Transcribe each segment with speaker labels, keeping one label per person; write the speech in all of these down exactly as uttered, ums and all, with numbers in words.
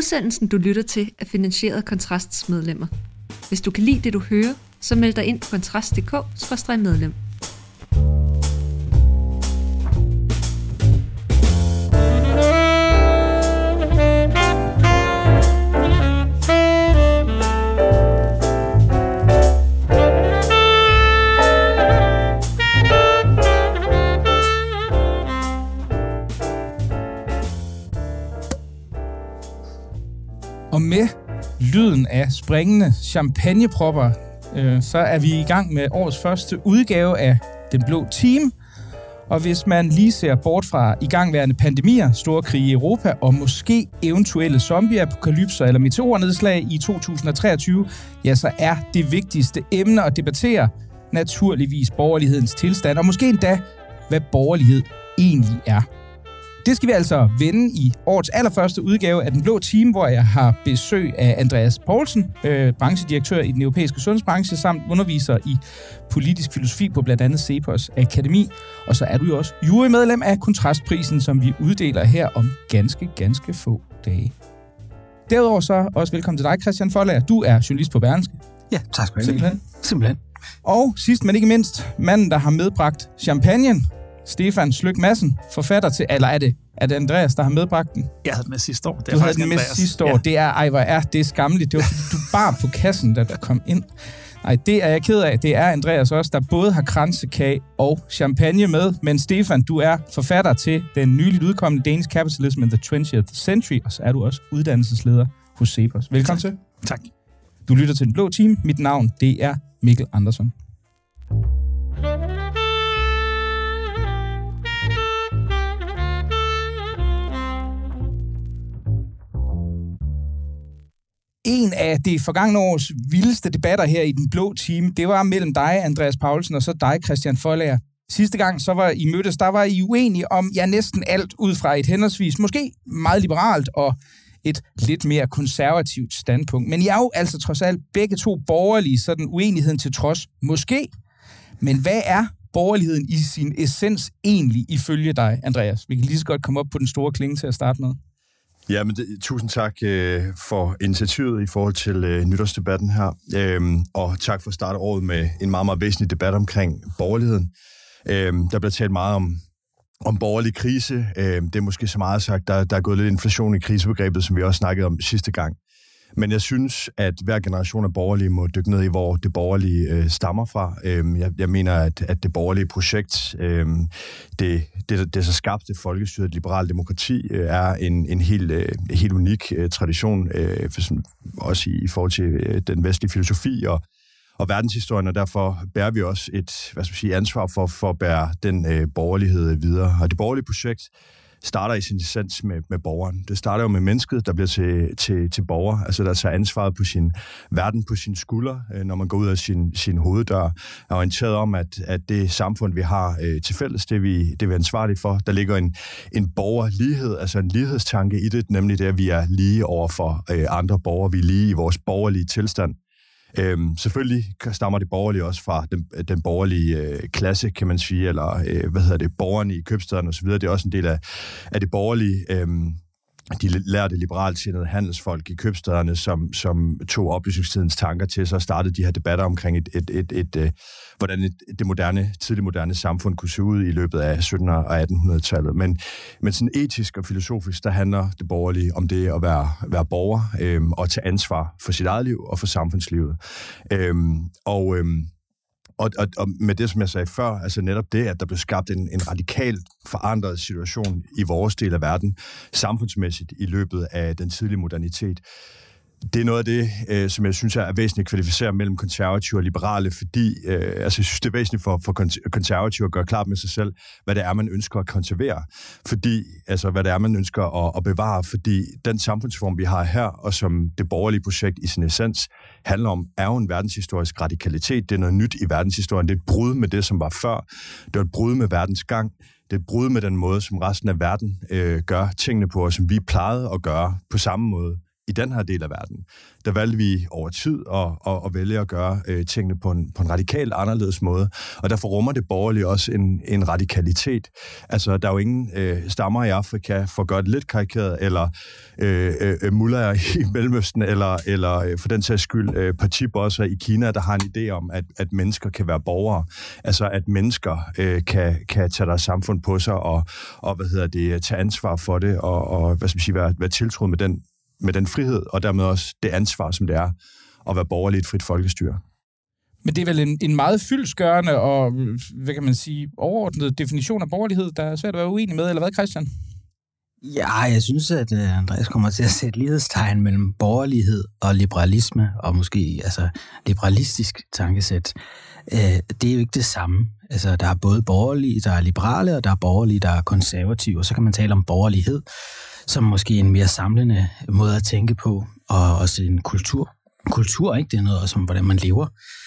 Speaker 1: Udsendelsen, du lytter til, er finansieret af Kontrasts medlemmer. Hvis du kan lide det, du hører, så meld dig ind på kontrast punktum d k skråstreg medlem.
Speaker 2: Og med lyden af springende champagnepropper, øh, så er vi i gang med årets første udgave af Den Blå Team. Og hvis man lige ser bort fra igangværende pandemier, store krige i Europa og måske eventuelle zombieapokalypser eller meteornedslag i to tusind og treogtyve, ja, så er det vigtigste emne at debattere naturligvis borgerlighedens tilstand, og måske endda, hvad borgerlighed egentlig er. Det skal vi altså vende i årets allerførste udgave af Den Blå Team, hvor jeg har besøg af Andreas Poulsen, øh, branchedirektør i den europæiske sundhedsbranche, samt underviser i politisk filosofi på blandt andet CEPOS Akademi. Og så er du jo også jurymedlem af Kontrastprisen, som vi uddeler her om ganske, ganske få dage. Derudover så også velkommen til dig, Christian Forlager. Du er journalist på Berlingske.
Speaker 3: Ja, tak skal du have.
Speaker 2: Simpelthen.
Speaker 3: Simpelthen.
Speaker 2: Og sidst, men ikke mindst, manden, der har medbragt champagnen, Stefan Sløk Madsen, forfatter til, eller er det, er det Andreas, der har medbragt den?
Speaker 3: Jeg havde den med sidste år. Det er
Speaker 2: du havde den med
Speaker 3: Andreas.
Speaker 2: sidste år. Ja. Det er, ej, hvor er det skammeligt. Det var, du bar på kassen, da du kom ind. Nej, det er jeg ked af. Det er Andreas også, der både har kransekage og champagne med. Men Stefan, du er forfatter til den nyligt udkommende Danish Capitalism in the twentieth century, og så er du også uddannelsesleder hos CEPOS. Velkommen
Speaker 3: tak.
Speaker 2: til.
Speaker 3: Tak.
Speaker 2: Du lytter til Den Blå Team. Mit navn, det er Mikkel Andersson. En af de forgangne års vildeste debatter her i Den Blå Team, det var mellem dig, Andreas Poulsen, og så dig, Christian Forlager. Sidste gang, så var I mødtes, der var I uenige om, ja, næsten alt ud fra et henholdsvis måske meget liberalt og et lidt mere konservativt standpunkt. Men I er jo altså trods alt begge to borgerlige, sådan uenigheden til trods. Måske. Men hvad er borgerligheden i sin essens egentlig ifølge dig, Andreas? Vi kan lige så godt komme op på den store klinge til at starte med.
Speaker 4: Ja, men det, tusind tak øh, for initiativet i forhold til øh, nytårsdebatten her, øhm, og tak for at starte året med en meget, meget væsentlig debat omkring borgerligheden. Øhm, der bliver talt meget om, om borgerlig krise. Øhm, det er måske så meget sagt, der, der er gået lidt inflation i krisebegrebet, som vi også snakkede om sidste gang. Men jeg synes, at hver generation af borgerlige må dykke ned i, hvor det borgerlige øh, stammer fra. Øhm, jeg, jeg mener, at, at det borgerlige projekt, øh, det, det, det så skabte folkestyret, et liberalt demokrati, øh, er en, en helt, øh, helt unik øh, tradition, øh, for sådan, også i, i forhold til øh, den vestlige filosofi og, og verdenshistorien, og derfor bærer vi også et hvad skal man sige, ansvar for, for at bære den øh, borgerlighed videre. Og det borgerlige projekt starter i sin essens med, med borgeren. Det starter jo med mennesket, der bliver til, til, til borger, altså der tager ansvaret på sin verden, på sine skuldre, øh, når man går ud af sin, sin hoveddør, er orienteret om, at, at det samfund, vi har øh, til fælles, det vi, det vi er ansvarlige for, der ligger en, en borgerlighed, altså en lighedstanke i det, nemlig det, at vi er lige over for øh, andre borgere, vi er lige i vores borgerlige tilstand. Øhm, selvfølgelig stammer det borgerlige også fra den, den borgerlige øh, klasse, kan man sige, eller øh, hvad hedder det, borgerne i købstæderne osv. Det er også en del af, af det borgerlige, øh, de lærte liberalt sindede handelsfolk i købstæderne, som, som tog oplysningstidens tanker til sig og startede de her debatter omkring et, et, et, et, et, hvordan et, det moderne, tidligt moderne samfund kunne se ud i løbet af syttenhundrede- og attenhundredetallet. Men, men sådan etisk og filosofisk, der handler det borgerlige om det at være, være borger øhm, og tage ansvar for sit eget liv og for samfundslivet. Øhm, og øhm, Og, og, og med det, som jeg sagde før, altså netop det, at der blev skabt en, en radikalt forandret situation i vores del af verden, samfundsmæssigt i løbet af den tidlige modernitet. Det er noget af det, øh, som jeg synes er væsentligt at kvalificere mellem konservative og liberale, fordi øh, altså, jeg synes, det er væsentligt for, for konservative at gøre klart med sig selv, hvad det er, man ønsker at konservere, fordi, altså, hvad det er, man ønsker at, at bevare, fordi den samfundsform, vi har her, og som det borgerlige projekt i sin essens handler om, er jo en verdenshistorisk radikalitet. Det er noget nyt i verdenshistorien. Det er et brud med det, som var før. Det er et brud med verdens gang. Det er et brud med den måde, som resten af verden øh, gør tingene på, og som vi plejede at gøre på samme måde i den her del af verden, der valgte vi over tid at, at, at vælge at gøre øh, tingene på en, på en radikalt anderledes måde. Og derfor rummer det borgerlige også en, en radikalitet. Altså, der er jo ingen øh, stammer i Afrika, for godt lidt karikeret, eller øh, øh, mullaher i Mellemøsten, eller, eller øh, for den sags skyld øh, partibosser i Kina, der har en idé om, at, at mennesker kan være borgere. Altså, at mennesker øh, kan, kan tage deres samfund på sig, og, og hvad hedder det, tage ansvar for det, og, og hvad skal man sige, være, være tiltroet med den med den frihed, og dermed også det ansvar, som det er at være borgerlig i et frit folkestyre.
Speaker 2: Men det er vel en, en meget fyldestgørende og, hvad kan man sige, overordnet definition af borgerlighed, der er svært at være uenig med, eller hvad, Christian?
Speaker 3: Ja, jeg synes, at Andreas kommer til at sætte lighedstegn mellem borgerlighed og liberalisme, og måske altså liberalistisk tankesæt. Det er jo ikke det samme. Altså, der er både borgerlige, der er liberale, og der er borgerlige, der er konservative, og så kan man tale om borgerlighed som måske en mere samlende måde at tænke på, og også en kultur. Kultur, ikke? Det er noget som, hvordan man lever.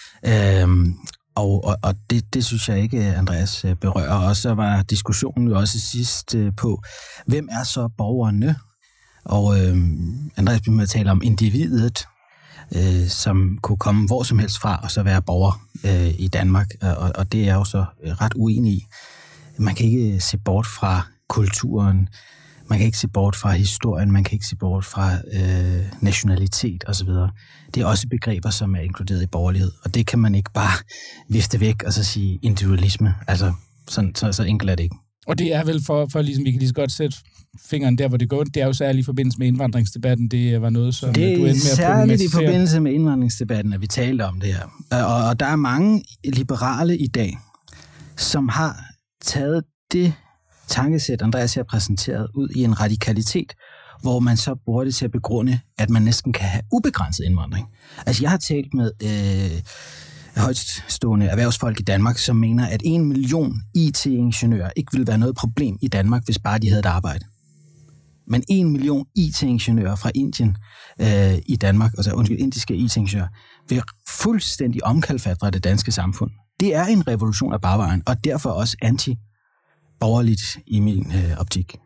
Speaker 3: Øhm, og og, og det, det synes jeg ikke, Andreas berører. Og så var diskussionen jo også sidst på, hvem er så borgerne? Og øhm, Andreas blev med at tale om individet, øh, som kunne komme hvor som helst fra, og så være borger øh, i Danmark. Og, og det er jeg jo så ret uenig i. Man kan ikke se bort fra kulturen, man kan ikke se bort fra historien, man kan ikke se bort fra øh, nationalitet osv. Det er også begreber, som er inkluderet i borgerlighed, og det kan man ikke bare vifte væk og så sige individualisme. Altså, sådan, så, så enkelt er det ikke.
Speaker 2: Og det er vel for, for ligesom vi kan lige så godt sætte fingeren der, hvor det går. Det er jo særligt i forbindelse med indvandringsdebatten. Det var noget, som
Speaker 3: det
Speaker 2: du endte med at problematisere.
Speaker 3: Det er særligt i forbindelse med indvandringsdebatten, at vi talte om det her. Og, og der er mange liberale i dag, som har taget det tankesæt, Andreas har præsenteret, ud i en radikalitet, hvor man så bruger det til at begrunde, at man næsten kan have ubegrænset indvandring. Altså, jeg har talt med øh, højtstående erhvervsfolk i Danmark, som mener, at en million I T-ingeniører ikke ville være noget problem i Danmark, hvis bare de havde et arbejde. Men en million I T-ingeniører fra Indien øh, i Danmark, altså undskyld, indiske I T-ingeniører, vil fuldstændig omkalfatre det danske samfund. Det er en revolution af barvejen, og derfor også anti borgerligt i min øh, optik.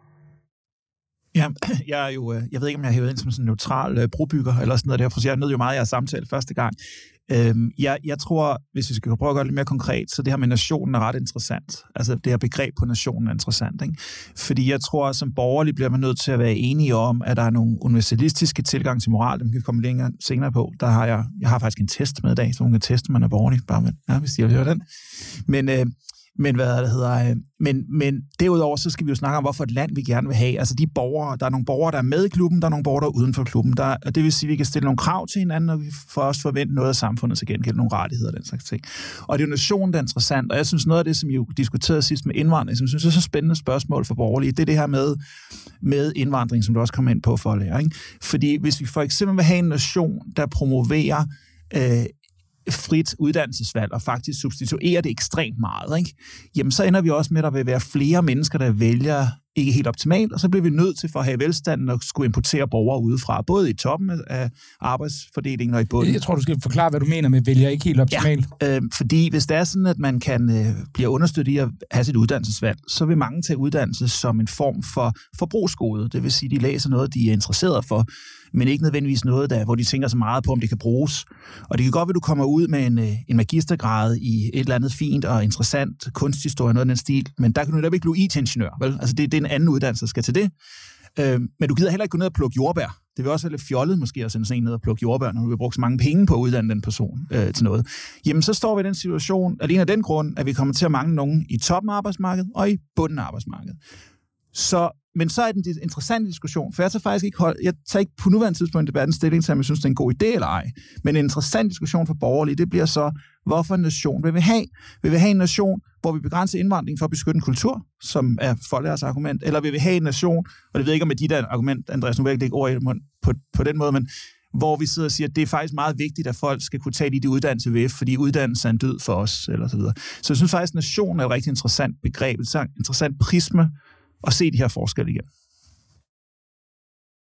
Speaker 5: Ja, jeg er jo, jeg ved ikke, om jeg har hævet ind som sådan en neutral øh, brobygger, eller sådan noget der, for jeg nød jo meget, jeg har samtalt første gang. Øhm, jeg, jeg tror, hvis vi skal prøve at gøre det lidt mere konkret, så det her med nationen er ret interessant. Altså det her begreb på nationen er interessant, ikke? Fordi jeg tror, som borgerlig bliver man nødt til at være enige om, at der er nogle universalistiske tilgang til moral, dem kan vi komme længere senere på. Der har jeg, jeg har faktisk en test med i dag, så man kan teste, man er borgerlig, bare med, ja, hvis de har hørt den. Men øh, Men hvad det hedder, men, men derudover så skal vi jo snakke om, hvorfor et land vi gerne vil have. Altså de borgere, der er nogle borgere, der er med i klubben, der er nogle borgere, der er uden for klubben. Der, og det vil sige, at vi kan stille nogle krav til hinanden, og vi får også forvente noget af samfundet til gengæld, nogle rettigheder og den slags ting. Og det er jo nationen, der er interessant, og jeg synes noget af det, som I jo diskuterede sidst med indvandring, som jeg synes er så spændende spørgsmål for borgerlige, det er det her med, med indvandring, som du også kommer ind på for at lære. Ikke? Fordi hvis vi for eksempel vil have en nation, der promoverer øh, frit uddannelsesvalg og faktisk substituere det ekstremt meget, ikke? Jamen så ender vi også med, at der vil være flere mennesker, der vælger ikke helt optimalt, og så bliver vi nødt til for at have velstanden og skulle importere borgere udefra, både i toppen af arbejdsfordelingen og i bunden.
Speaker 2: Jeg tror, du skal forklare, hvad du mener med vælger ikke helt optimalt.
Speaker 5: Ja, øh, fordi hvis det er sådan, at man kan øh, blive understøttet i at have sit uddannelsesvalg, så vil mange tage uddannelse som en form for forbrugsgode. Det vil sige, at de læser noget, de er interesseret for, men ikke nødvendigvis noget, der, hvor de tænker så meget på, om det kan bruges. Og det kan godt være, at du kommer ud med en, en magistergrad i et eller andet fint og interessant kunsthistorie, noget af den stil, men der kan du netop ikke blive I T-ingeniør, vel? Altså det, det er en anden uddannelse, der skal til det. Øh, men du gider heller ikke gå ned og plukke jordbær. Det vil også være lidt fjollet måske at sende sådan en ned og plukke jordbær, når du vil bruge så mange penge på at uddanne den person øh, til noget. Jamen så står vi i den situation, alene af den grund, at vi kommer til at mangle nogen i toppen af arbejdsmarkedet og i bunden af arbejdsmarkedet. Så, men så er det en interessant diskussion, for jeg tager faktisk ikke hold, jeg tager ikke på nuværende tidspunkt i debatten stilling til, om jeg synes, det er en god idé eller ej. Men en interessant diskussion for borgerlige, det bliver så, hvorfor en nation vil vi have? Vil vi have en nation, hvor vi begrænser indvandring for at beskytte en kultur, som er Foldager's argument, eller vil vi have en nation, og det ved jeg ikke, om det er dit argument, Andreas, nu vil jeg ikke lægge ord i på, på den måde, men hvor vi sidder og siger, at det er faktisk meget vigtigt, at folk skal kunne tage de, de uddannelse ved, fordi uddannelse er en dyd for os, eller så videre. Så jeg synes faktisk, at nation er et rigtig interessant begreb, et interessant prisme, og se de her forskelle igen.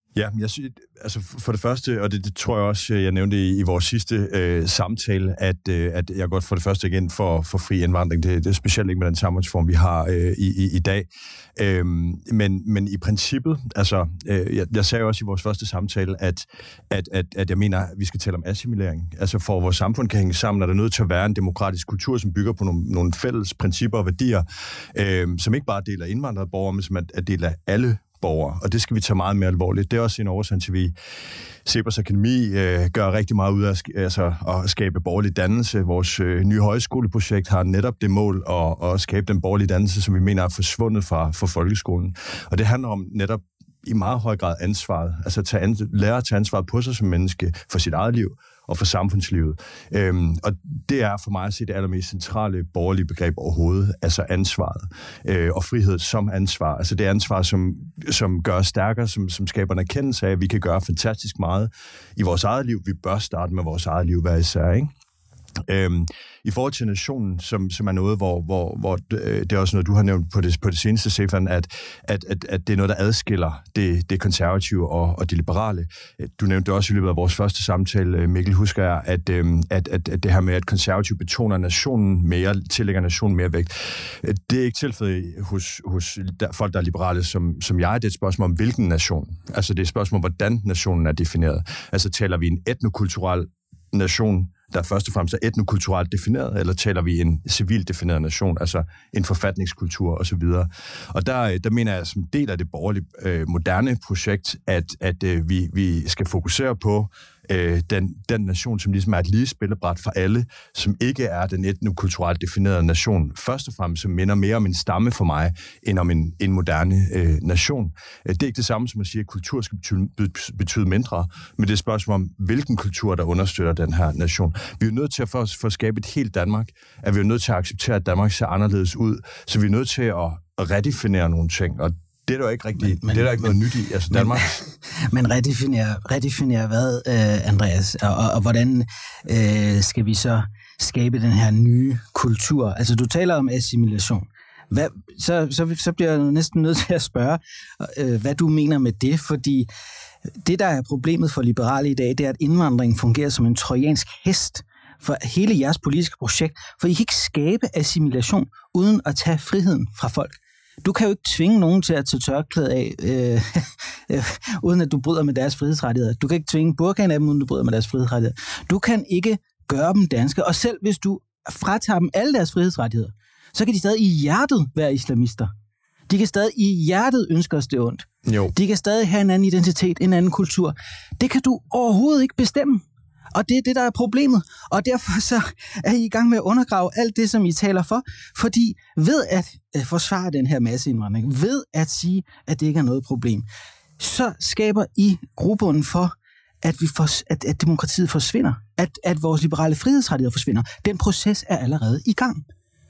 Speaker 4: Ja, jeg synes, altså for det første, og det, det tror jeg også, jeg nævnte i, i vores sidste øh, samtale, at, øh, at jeg godt for det første igen for, for fri indvandring. Det, det er specielt ikke med den samfundsform, vi har øh, i, i, i dag. Øhm, men, men i princippet, altså, øh, jeg, jeg sagde også i vores første samtale, at, at, at, at jeg mener, at vi skal tale om assimilering. Altså for vores samfund kan hænge sammen, er der nødt til at være en demokratisk kultur, som bygger på nogle, nogle fælles principper og værdier, øh, som ikke bare deler indvandrede borgere, men som er, er del af alle borgere, og det skal vi tage meget mere alvorligt. Det er også en årsag til, at vi CEPOS Akademi øh, gør rigtig meget ud af altså, at skabe borgerlig dannelse. Vores øh, nye højskoleprojekt har netop det mål at, at skabe den borgerlige dannelse, som vi mener er forsvundet fra, fra folkeskolen. Og det handler om netop i meget høj grad ansvaret, altså tage an, lære at tage ansvaret på sig som menneske for sit eget liv og for samfundslivet. Øhm, og det er for mig at se det allermest centrale borgerlige begreb overhovedet, altså ansvaret øh, og frihed som ansvar. Altså det ansvar, som, som gør os stærkere, som, som skaber en erkendelse af, at vi kan gøre fantastisk meget i vores eget liv. Vi bør starte med vores eget liv hver især, ikke? Øhm, I forhold til nationen, som, som er noget, hvor, hvor, hvor det er også noget, du har nævnt på det, på det seneste, Stefan, at, at, at, at det er noget, der adskiller det, det konservative og, og det liberale. Du nævnte også i løbet af vores første samtale, Mikkel, husker jeg, at, at, at, at det her med, at konservative betoner nationen mere, tillægger nationen mere vægt. Det er ikke tilfældet hos, hos folk, der er liberale, som, som jeg. Det er et spørgsmål om, hvilken nation. Altså det er et spørgsmål om, hvordan nationen er defineret. Altså taler vi en etnokulturel nation, der først og fremmest er etnokulturelt defineret, eller taler vi en civilt defineret nation, altså en forfatningskultur osv. Og der, der mener jeg, som del af det borgerlige øh, moderne projekt, at, at øh, vi, vi skal fokusere på øh, den, den nation, som ligesom er et lige spillebræt for alle, som ikke er den etnokulturelt definerede nation. Først og fremmest, som minder mere om en stamme for mig, end om en, en moderne øh, nation. Det er ikke det samme som at sige, at kultur skal betyde, betyde mindre, men det er et spørgsmål om, hvilken kultur, der understøtter den her nation. Vi er nødt til at for, for at skabe et helt Danmark, at vi er nødt til at acceptere, at Danmark ser anderledes ud, så vi er nødt til at, at redefinere nogle ting, og det er der ikke rigtig, men, men, det er der ikke men, noget nyt i, altså Danmark.
Speaker 3: Men, men redefinere, redefinere hvad, øh, Andreas, og, og, og hvordan øh, skal vi så skabe den her nye kultur? Altså du taler om assimilation. Hvad, så, så, så bliver jeg næsten nødt til at spørge, øh, hvad du mener med det, fordi det, der er problemet for liberale i dag, det er, at indvandringen fungerer som en trojansk hest for hele jeres politiske projekt, for I kan ikke skabe assimilation uden at tage friheden fra folk. Du kan jo ikke tvinge nogen til at tage tørklæde af, øh, øh, uden at du bryder med deres frihedsrettigheder. Du kan ikke tvinge burkaen af dem, uden du bryder med deres frihedsrettigheder. Du kan ikke gøre dem danske, og selv hvis du fratager dem alle deres frihedsrettigheder, så kan de stadig i hjertet være islamister. De kan stadig i hjertet ønske os det ondt.
Speaker 4: Jo.
Speaker 3: De kan stadig have en anden identitet, en anden kultur. Det kan du overhovedet ikke bestemme. Og det er det, der er problemet. Og derfor så er I i gang med at undergrave alt det, som I taler for. Fordi ved at forsvare den her masseindvandring, ved at sige, at det ikke er noget problem, så skaber I gruppen for, at, vi for, at, at demokratiet forsvinder. At, at vores liberale frihedsrettigheder forsvinder. Den proces er allerede i gang.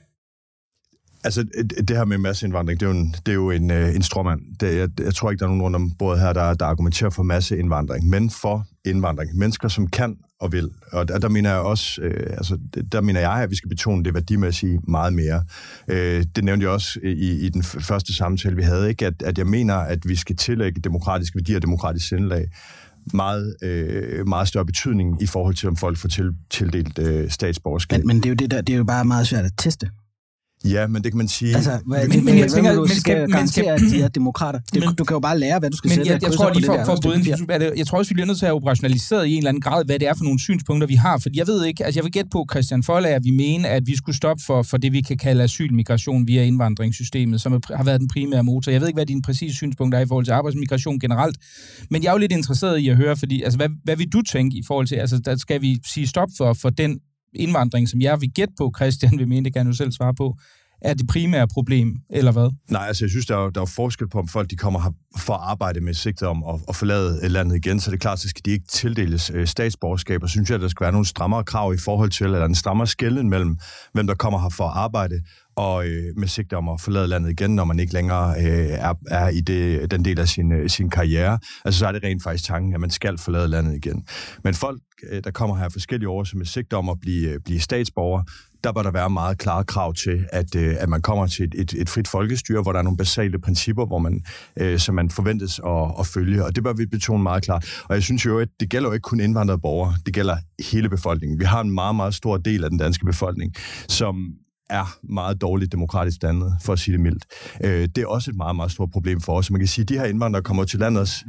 Speaker 4: Altså, det her med masseindvandring, det er jo en, det er jo en, en stråmand. Det, jeg, jeg tror ikke, der er nogen rundt om bordet her, der, der argumenterer for masseindvandring, men for indvandring. Mennesker, som kan og vil. Og der, der mener jeg også, øh, altså, der mener jeg, at vi skal betone det værdimæssige meget mere. Øh, det nævnte jeg også i, i den første samtale, vi havde, ikke? At, at jeg mener, at vi skal tillægge demokratiske værdier og demokratisk sindelag meget, øh, meget større betydning i forhold til, om folk får til, tildelt øh, statsborgerskab.
Speaker 3: Men, men det er jo det der, det er jo bare meget svært at teste.
Speaker 4: Ja, men det kan man sige...
Speaker 3: Altså, hvad, men, det, men, jeg tænker, du skal, skal garantere, at de er demokrater. Det, men, du kan jo bare lære, hvad du skal
Speaker 2: men
Speaker 3: sætte.
Speaker 2: Jeg, jeg, tror, lige for, for bryde, jeg tror også, vi bliver nødt til at have operationaliseret i en eller anden grad, hvad det er for nogle synspunkter, vi har. Fordi jeg ved ikke, altså jeg vil gætte på, Christian Foldager, at vi mener, at vi skulle stoppe for, for det, vi kan kalde asylmigration via indvandringssystemet, som har været den primære motor. Jeg ved ikke, hvad dine præcise synspunkter er i forhold til arbejdsmigration generelt. Men jeg er jo lidt interesseret i at høre, fordi altså, hvad, hvad vil du tænke i forhold til, altså der skal vi sige stop for, for den indvandring, som jeg vil gætte på, Christian vil mene, det kan du selv svare på, er det primære problem, eller hvad?
Speaker 4: Nej, altså jeg synes, der er, der er forskel på, om folk de kommer her for at arbejde med sigte om at, at forlade landet igen, så det er klart, så skal de ikke tildeles øh, statsborgerskab, og synes jeg, at der skal være nogle strammere krav i forhold til, eller en strammere skelnen mellem, hvem der kommer her for at arbejde, og øh, med sigte om at forlade landet igen, når man ikke længere øh, er, er i det, den del af sin, øh, sin karriere. Altså så er det rent faktisk tanken, at man skal forlade landet igen. Men folk, øh, der kommer her af forskellige år, med sigte om at blive, øh, blive statsborger, der bør der være meget klare krav til, at, øh, at man kommer til et, et, et frit folkestyre, hvor der er nogle basale principper, hvor man, øh, som man forventes at, at følge, og det bør vi betone meget klart. Og jeg synes jo, at det gælder jo ikke kun indvandrede borgere, det gælder hele befolkningen. Vi har en meget, meget stor del af den danske befolkning, som er meget dårligt demokratisk dannet, for at sige det mildt. Øh, det er også et meget, meget stort problem for os. Man kan sige, at de her indvandrere kommer til landet også.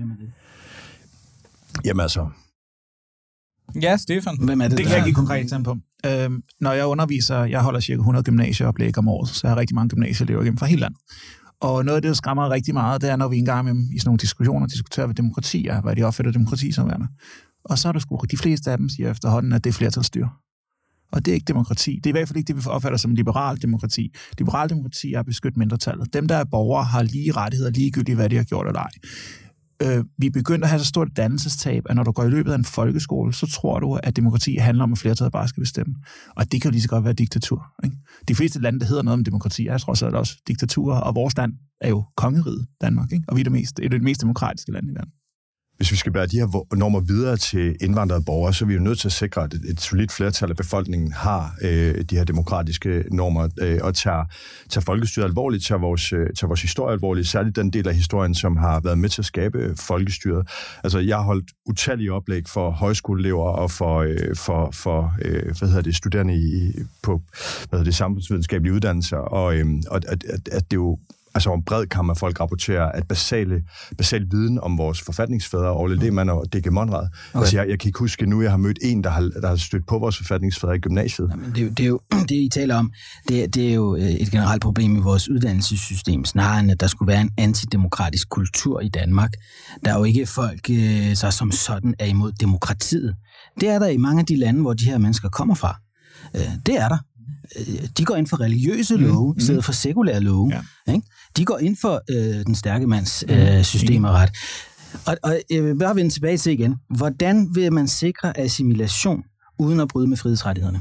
Speaker 4: Jamen altså...
Speaker 2: Ja, Stefan.
Speaker 5: Hvem er det, det kan jeg give konkret eksempel på. Øhm, når jeg underviser, jeg holder cirka hundrede gymnasieoplæg om året, så jeg har rigtig mange gymnasieelever gennem fra hele landet. Og noget af det, der skræmmer rigtig meget, det er, når vi engang med i sådan nogle diskussioner diskuterer, hvad demokrati er, hvad de opfatter demokrati som værende. Og så er der sgu, de fleste af dem siger efterhånden, at det er flertalsstyre. Og det er ikke demokrati. Det er i hvert fald ikke det, vi opfatter som liberalt demokrati. Liberalt demokrati er at beskytte mindretallet. Dem, der er borgere, har lige rettigheder, ligegyldigt hvad de har gjort eller ej. Øh, vi er begyndt at have så stort dannelsestab, at når du går i løbet af en folkeskole, så tror du, at demokrati handler om, at flertallet bare skal bestemme. Og det kan jo lige så godt være diktatur. Ikke? De fleste lande, der hedder noget om demokrati, er trods alt også diktaturer, og vores land er jo kongeriget Danmark, ikke? Og vi er det mest, et af de mest demokratiske lande i verden.
Speaker 4: Hvis vi skal bære de her normer videre til indvandrede borgere, så er vi jo nødt til at sikre, at et solidt flertal af befolkningen har øh, de her demokratiske normer øh, og tager, tager folkestyret alvorligt, tager vores, øh, tager vores historie alvorligt, særligt den del af historien, som har været med til at skabe folkestyret. Altså, jeg har holdt utallige oplæg for højskoleelever og for, øh, for, for øh, hvad hedder det, studerende i, på hvad hedder det, samfundsvidenskabelige uddannelser, og øh, at, at, at, at det jo altså om bred kam af folk rapporterer, at basale, basal viden om vores forfatningsfædre, Orla Lehmann og D G Monrad. Okay. Altså jeg, jeg kan ikke huske nu, jeg har mødt en, der har, der har stødt på vores forfatningsfædre i gymnasiet.
Speaker 3: Jamen, det, det er jo det, I taler om. Det, det er jo et generelt problem i vores uddannelsessystem, snarere end at der skulle være en antidemokratisk kultur i Danmark. Der er jo ikke folk, der som sådan er imod demokratiet. Det er der i mange af de lande, hvor de her mennesker kommer fra. Det er der. De går ind for religiøse love, mm. i stedet for sekulære love. Ja. Ikke? De går ind for øh, den stærke mands øh, system og ret. Og, og jeg vil bare vende tilbage til igen. Hvordan vil man sikre assimilation, uden at bryde med frihedsrettighederne?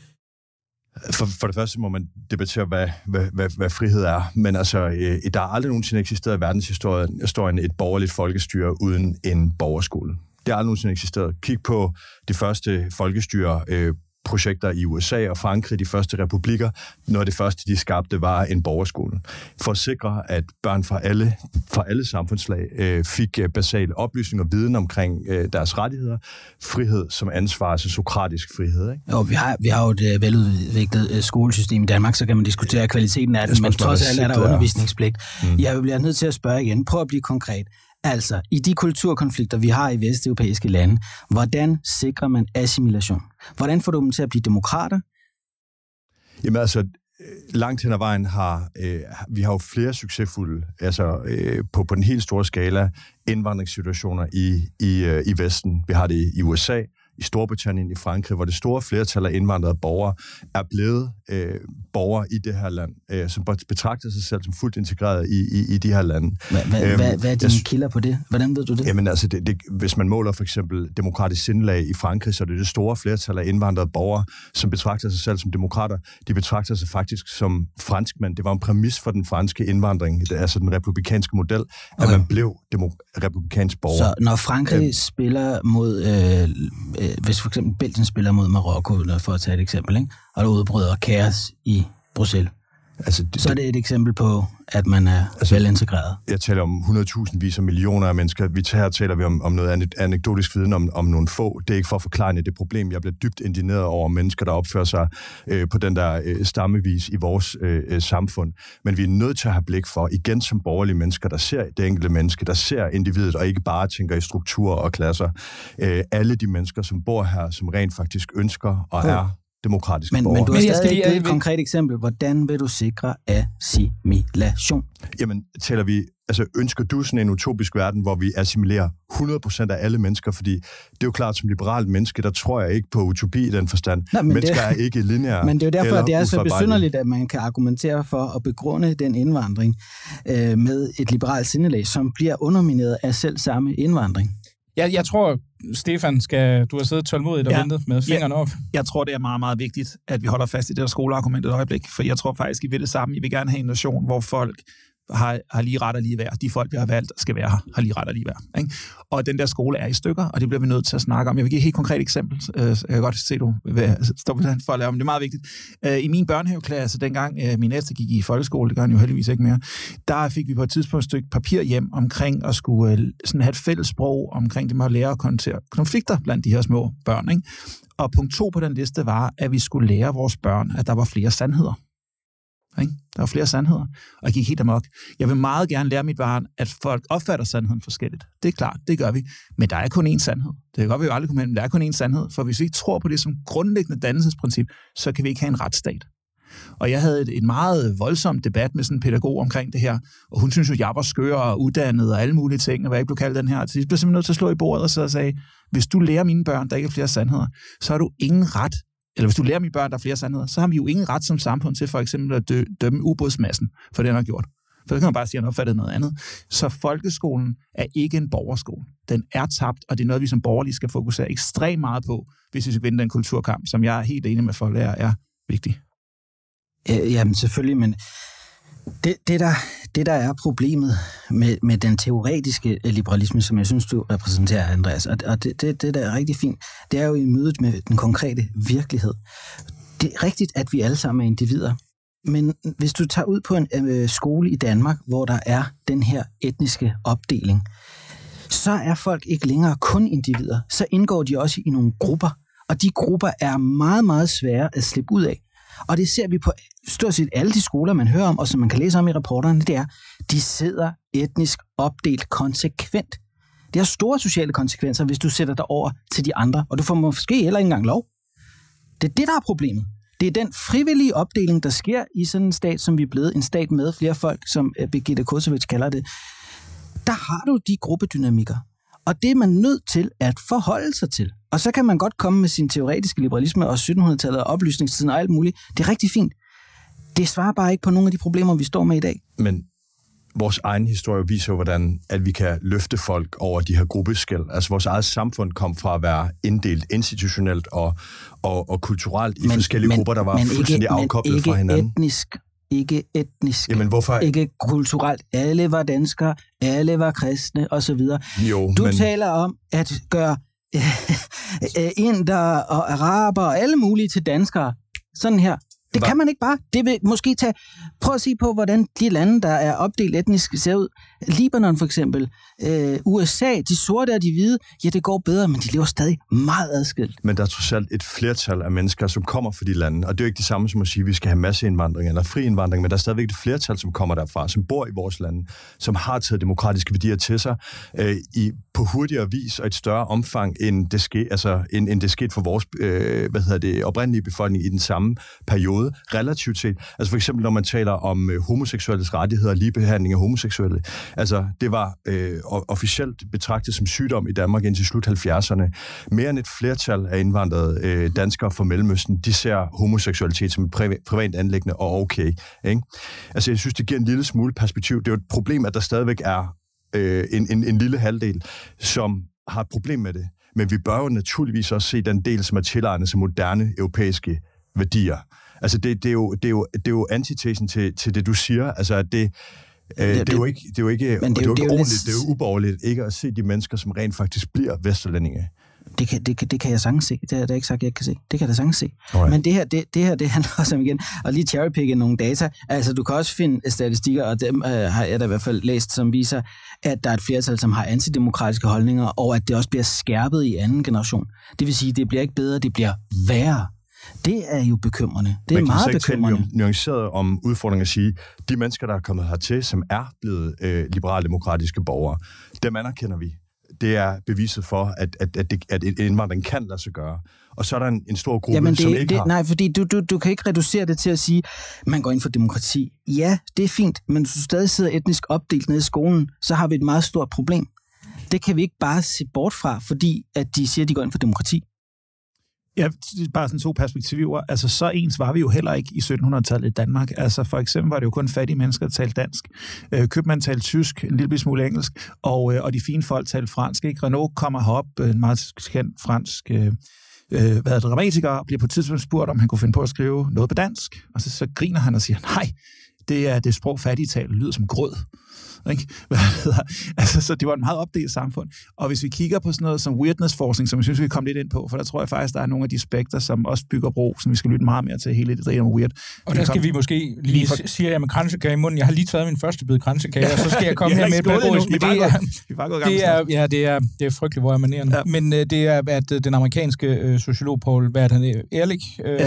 Speaker 4: For, for det første må man debattere, hvad, hvad, hvad, hvad frihed er. Men altså, øh, der har aldrig nogensinde eksisteret i verdenshistorien et borgerligt folkestyre uden en borgerskole. Det har aldrig nogensinde eksisteret. Kig på det første folkestyre øh, projekter i U S A og Frankrig, de første republikker. Noget af det første, de skabte, var en borgerskole. For at sikre, at børn fra alle, fra alle samfundslag øh, fik øh, basale oplysninger og viden omkring øh, deres rettigheder. Frihed som ansvar, altså sokratisk frihed. Ikke?
Speaker 3: Jo, vi har, vi har jo et veludviklet øh, skolesystem i Danmark, så kan man diskutere kvaliteten af det, men trods alt er der undervisningspligt. Mm. Jeg bliver nødt til at spørge igen. Prøv at blive konkret. Altså, i de kulturkonflikter, vi har i vesteuropæiske lande, hvordan sikrer man assimilation? Hvordan får du dem til at blive demokrater?
Speaker 4: Jamen altså, langt hen ad vejen har øh, vi har jo flere succesfulde, altså øh, på, på den helt store skala, indvandringssituationer i, i, øh, i Vesten. Vi har det i U S A, i Storbritannien, i Frankrig, hvor det store flertal af indvandrede borgere er blevet øh, borgere i det her land, øh, som betragter sig selv som fuldt integreret i, i, i de her lande.
Speaker 3: Hvad, hvad, øhm, hvad, hvad er dine kilder på det? Hvordan ved du det?
Speaker 4: Jamen altså, det, det, hvis man måler for eksempel demokratisk sindelag i Frankrig, så er det det store flertal af indvandrede borgere, som betragter sig selv som demokrater. De betragter sig faktisk som franskmænd. Det var en præmis for den franske indvandring, altså den republikanske model, at okay. man blev demo- republikansk borger.
Speaker 3: Så når Frankrig øhm, spiller mod... Øh, hvis for eksempel Belgien spiller mod Marokko, for at tage et eksempel, ikke? Og der udbryder kaos i Bruxelles, altså, det, så er det et eksempel på, at man er altså, velintegreret.
Speaker 4: Jeg taler om hundredtusindvis af millioner af mennesker. Vi her taler vi om, om noget anekdotisk viden om, om nogle få. Det er ikke for at forklare det problem. Jeg bliver dybt indigneret over mennesker, der opfører sig øh, på den der øh, stammevis i vores øh, samfund. Men vi er nødt til at have blik for, igen som borgerlige mennesker, der ser det enkelte menneske, der ser individet, og ikke bare tænker i strukturer og klasser. Øh, alle de mennesker, som bor her, som rent faktisk ønsker og er demokratiske
Speaker 3: men,
Speaker 4: borgere.
Speaker 3: Men du har stadig ikke et konkret eksempel. Hvordan vil du sikre assimilation?
Speaker 4: Jamen, taler vi, altså ønsker du sådan en utopisk verden, hvor vi assimilerer hundrede procent af alle mennesker? Fordi det er jo klart, som liberalt menneske, der tror jeg ikke på utopi i den forstand. Nej, mennesker det, er ikke lineære.
Speaker 3: Men det er jo derfor, at det er så besynderligt, at man kan argumentere for at begrunde den indvandring øh, med et liberalt sindelag, som bliver undermineret af selv samme indvandring.
Speaker 2: Jeg, jeg tror Stefan, skal du have siddet tålmodigt og ja. ventet med fingrene op?
Speaker 5: Jeg tror, det er meget, meget vigtigt, at vi holder fast i det der skoleargument et øjeblik, for jeg tror faktisk, I vil det samme. I vil gerne have en nation, hvor folk har, har lige ret og lige værd. De folk, vi har valgt, skal være her, har lige ret og lige værd. Ikke? Og den der skole er i stykker, og det bliver vi nødt til at snakke om. Jeg vil give et helt konkret eksempel. Jeg kan godt se, du vil stoppe den for at lave om. Det er meget vigtigt. I min børnehaveklasse, dengang min ældste gik i folkeskole, det gør han jo heldigvis ikke mere, der fik vi på et tidspunkt et stykke papir hjem omkring at skulle sådan have et fælles sprog omkring det med at lære at håndtere konflikter blandt de her små børn. Ikke? Og punkt to på den liste var, at vi skulle lære vores børn, at der var flere sandheder. Ikke? Der var flere sandheder, og jeg gik helt amok. Jeg vil meget gerne lære mit barn, at folk opfatter sandheden forskelligt. Det er klart, det gør vi. Men der er kun én sandhed. Det kan godt, vi jo aldrig komme hen, men der er kun én sandhed. For hvis vi ikke tror på det som grundlæggende dannelsesprincip, så kan vi ikke have en retsstat. Og jeg havde et, et meget voldsomt debat med sådan en pædagog omkring det her, og hun synes jo, jeg var skør og uddannet og alle mulige ting, og hvad jeg blev kaldt den her. Så jeg blev simpelthen nødt til at slå i bordet og så sagde, hvis du lærer mine børn, der ikke er flere sandheder, så har du ingen ret. Eller hvis du lærer mine børn, der er flere sandheder, så har vi jo ingen ret som samfund til for eksempel at dø, dømme ubådsmassen, for det han har gjort. For det kan man bare sige, at han opfattede noget andet. Så folkeskolen er ikke en borgerskole. Den er tabt, og det er noget, vi som borgerlige skal fokusere ekstremt meget på, hvis vi skal vinde den kulturkamp, som jeg er helt enig med folk lærer er vigtig.
Speaker 3: Jamen selvfølgelig, men det, det, der, det der er problemet med, med den teoretiske liberalisme, som jeg synes, du repræsenterer, Andreas, og, og det, det, det der er rigtig fint, det er jo i mødet med den konkrete virkelighed. Det er rigtigt, at vi alle sammen er individer, men hvis du tager ud på en øh, skole i Danmark, hvor der er den her etniske opdeling, så er folk ikke længere kun individer, så indgår de også i nogle grupper, og de grupper er meget, meget svære at slippe ud af. Og det ser vi på stort set alle de skoler, man hører om, og som man kan læse om i rapporterne, det er, de sidder etnisk opdelt konsekvent. Det har store sociale konsekvenser, hvis du sætter dig over til de andre, og du får måske heller ikke engang lov. Det er det, der er problemet. Det er den frivillige opdeling, der sker i sådan en stat, som vi er blevet, en stat med flere folk, som Birgitte Kosovic kalder det. Der har du de gruppedynamikker. Og det er man nødt til at forholde sig til. Og så kan man godt komme med sin teoretiske liberalisme og syttenhundredetallet og oplysningstiden og alt muligt. Det er rigtig fint. Det svarer bare ikke på nogle af de problemer, vi står med i dag.
Speaker 4: Men vores egen historie viser jo, hvordan at vi kan løfte folk over de her gruppeskel. Altså vores eget samfund kom fra at være inddelt institutionelt og, og, og kulturelt i men, forskellige men, grupper, der var fuldstændig afkoblet fra hinanden.
Speaker 3: Etnisk. Ikke etnisk,
Speaker 4: Jamen, hvorfor?
Speaker 3: Ikke kulturelt. Alle var danskere, alle var kristne osv.
Speaker 4: Jo,
Speaker 3: du
Speaker 4: men...
Speaker 3: taler om at gøre øh, inder og araber og alle mulige til danskere. Sådan her. Det Hva? Kan man ikke bare. Det vil måske tage... Prøv at se på, hvordan de lande, der er opdelt etnisk, ser ud. Libanon for eksempel. Øh, U S A, de sorte og de hvide. Ja, det går bedre, men de lever stadig meget adskilt.
Speaker 4: Men der er trods alt et flertal af mennesker, som kommer fra de lande. Og det er jo ikke det samme som at sige, at vi skal have masseindvandring eller fri indvandring, men der er stadigvæk et flertal, som kommer derfra, som bor i vores lande, som har taget demokratiske værdier til sig øh, i, på hurtigere vis og et større omfang, end det skete, altså, end, end det skete for vores øh, hvad hedder det, oprindelige befolkning i den samme periode. Relativt set. Altså for eksempel, når man taler om øh, homoseksuelles rettigheder og ligebehandling af homoseksuelle. Altså, det var øh, officielt betragtet som sygdom i Danmark indtil slut halvfjerdserne. Mere end et flertal af indvandrede øh, danskere fra Mellemøsten, de ser homoseksualitet som et privat, privat anliggende og okay. Ikke? Altså, jeg synes, det giver en lille smule perspektiv. Det er jo et problem, at der stadigvæk er øh, en, en, en lille halvdel, som har et problem med det. Men vi bør jo naturligvis også se den del, som er tilegnet sig moderne europæiske værdier. Altså, det, det, er jo, det, er jo, det er jo antitesen til, til det, du siger. Altså, at det, øh, det, det, det er jo ikke, det er jo ikke, det er jo, det er jo ikke ordentligt, lidt... det er jo uborgerligt ikke at se de mennesker, som rent faktisk bliver vesterlændinge.
Speaker 3: Det kan, det, det kan jeg sagtens se. Det har jeg ikke sagt, jeg ikke kan se. Det kan jeg sagtens se.
Speaker 4: Alright.
Speaker 3: Men det her, det, det her, det handler også om igen, og lige cherrypicke nogle data. Altså, du kan også finde statistikker, og dem øh, har jeg da i hvert fald læst, som viser, at der er et flertal, som har antidemokratiske holdninger, og at det også bliver skærpet i anden generation. Det vil sige, det bliver ikke bedre, det bliver værre. Det er jo bekymrende. Det er
Speaker 4: Man
Speaker 3: meget
Speaker 4: kan
Speaker 3: bekymrende.
Speaker 4: Man kan nuanceret om udfordringen at sige, de mennesker, der er kommet hertil, som er blevet øh, liberaldemokratiske borgere, dem anerkender vi. Det er beviset for, at, at, at, det, at indvandring kan lade sig gøre. Og så er der en, en stor gruppe,
Speaker 3: Jamen det,
Speaker 4: som ikke
Speaker 3: det,
Speaker 4: har...
Speaker 3: Nej, fordi du, du, du kan ikke reducere det til at sige, at man går ind for demokrati. Ja, det er fint, men hvis du stadig sidder etnisk opdelt nede i skolen, så har vi et meget stort problem. Det kan vi ikke bare se bort fra, fordi at de siger, at de går ind for demokrati.
Speaker 5: Ja, bare sådan to perspektiver. Altså, så ens var vi jo heller ikke i sytten hundrede-tallet i Danmark. Altså, for eksempel var det jo kun fattige mennesker, der talte dansk. Øh, købmand talte tysk, en lille smule engelsk, og, øh, og de fine folk talte fransk. Ikke? Renault kommer herop, en meget kendt fransk øh, øh, hvad er det, dramatiker, og bliver på et tidspunkt spurgt, om han kunne finde på at skrive noget på dansk. Og så, så griner han og siger, nej, det er det sprog fattige taler, lyder som grød. Ikke? Altså, så det var en meget opdelt samfund. Og hvis vi kigger på sådan noget som weirdness-forskning, som jeg synes, vi kan komme lidt ind på, for der tror jeg faktisk, der er nogle af de aspekter, som også bygger bro, som vi skal lytte meget mere til hele det om weird.
Speaker 2: Og der skal kom... vi måske lige for... sige, at jeg med kransekage i munden. Jeg har lige taget min første bid kransekage, og så skal jeg komme her med et pædagogisk idé. Det er, ja, det er, det er frygteligt, hvor er manerende. Ja. Men uh, det er, at uh, den amerikanske uh, sociolog Paul, hvad er han, Ehrlich? Uh... Uh,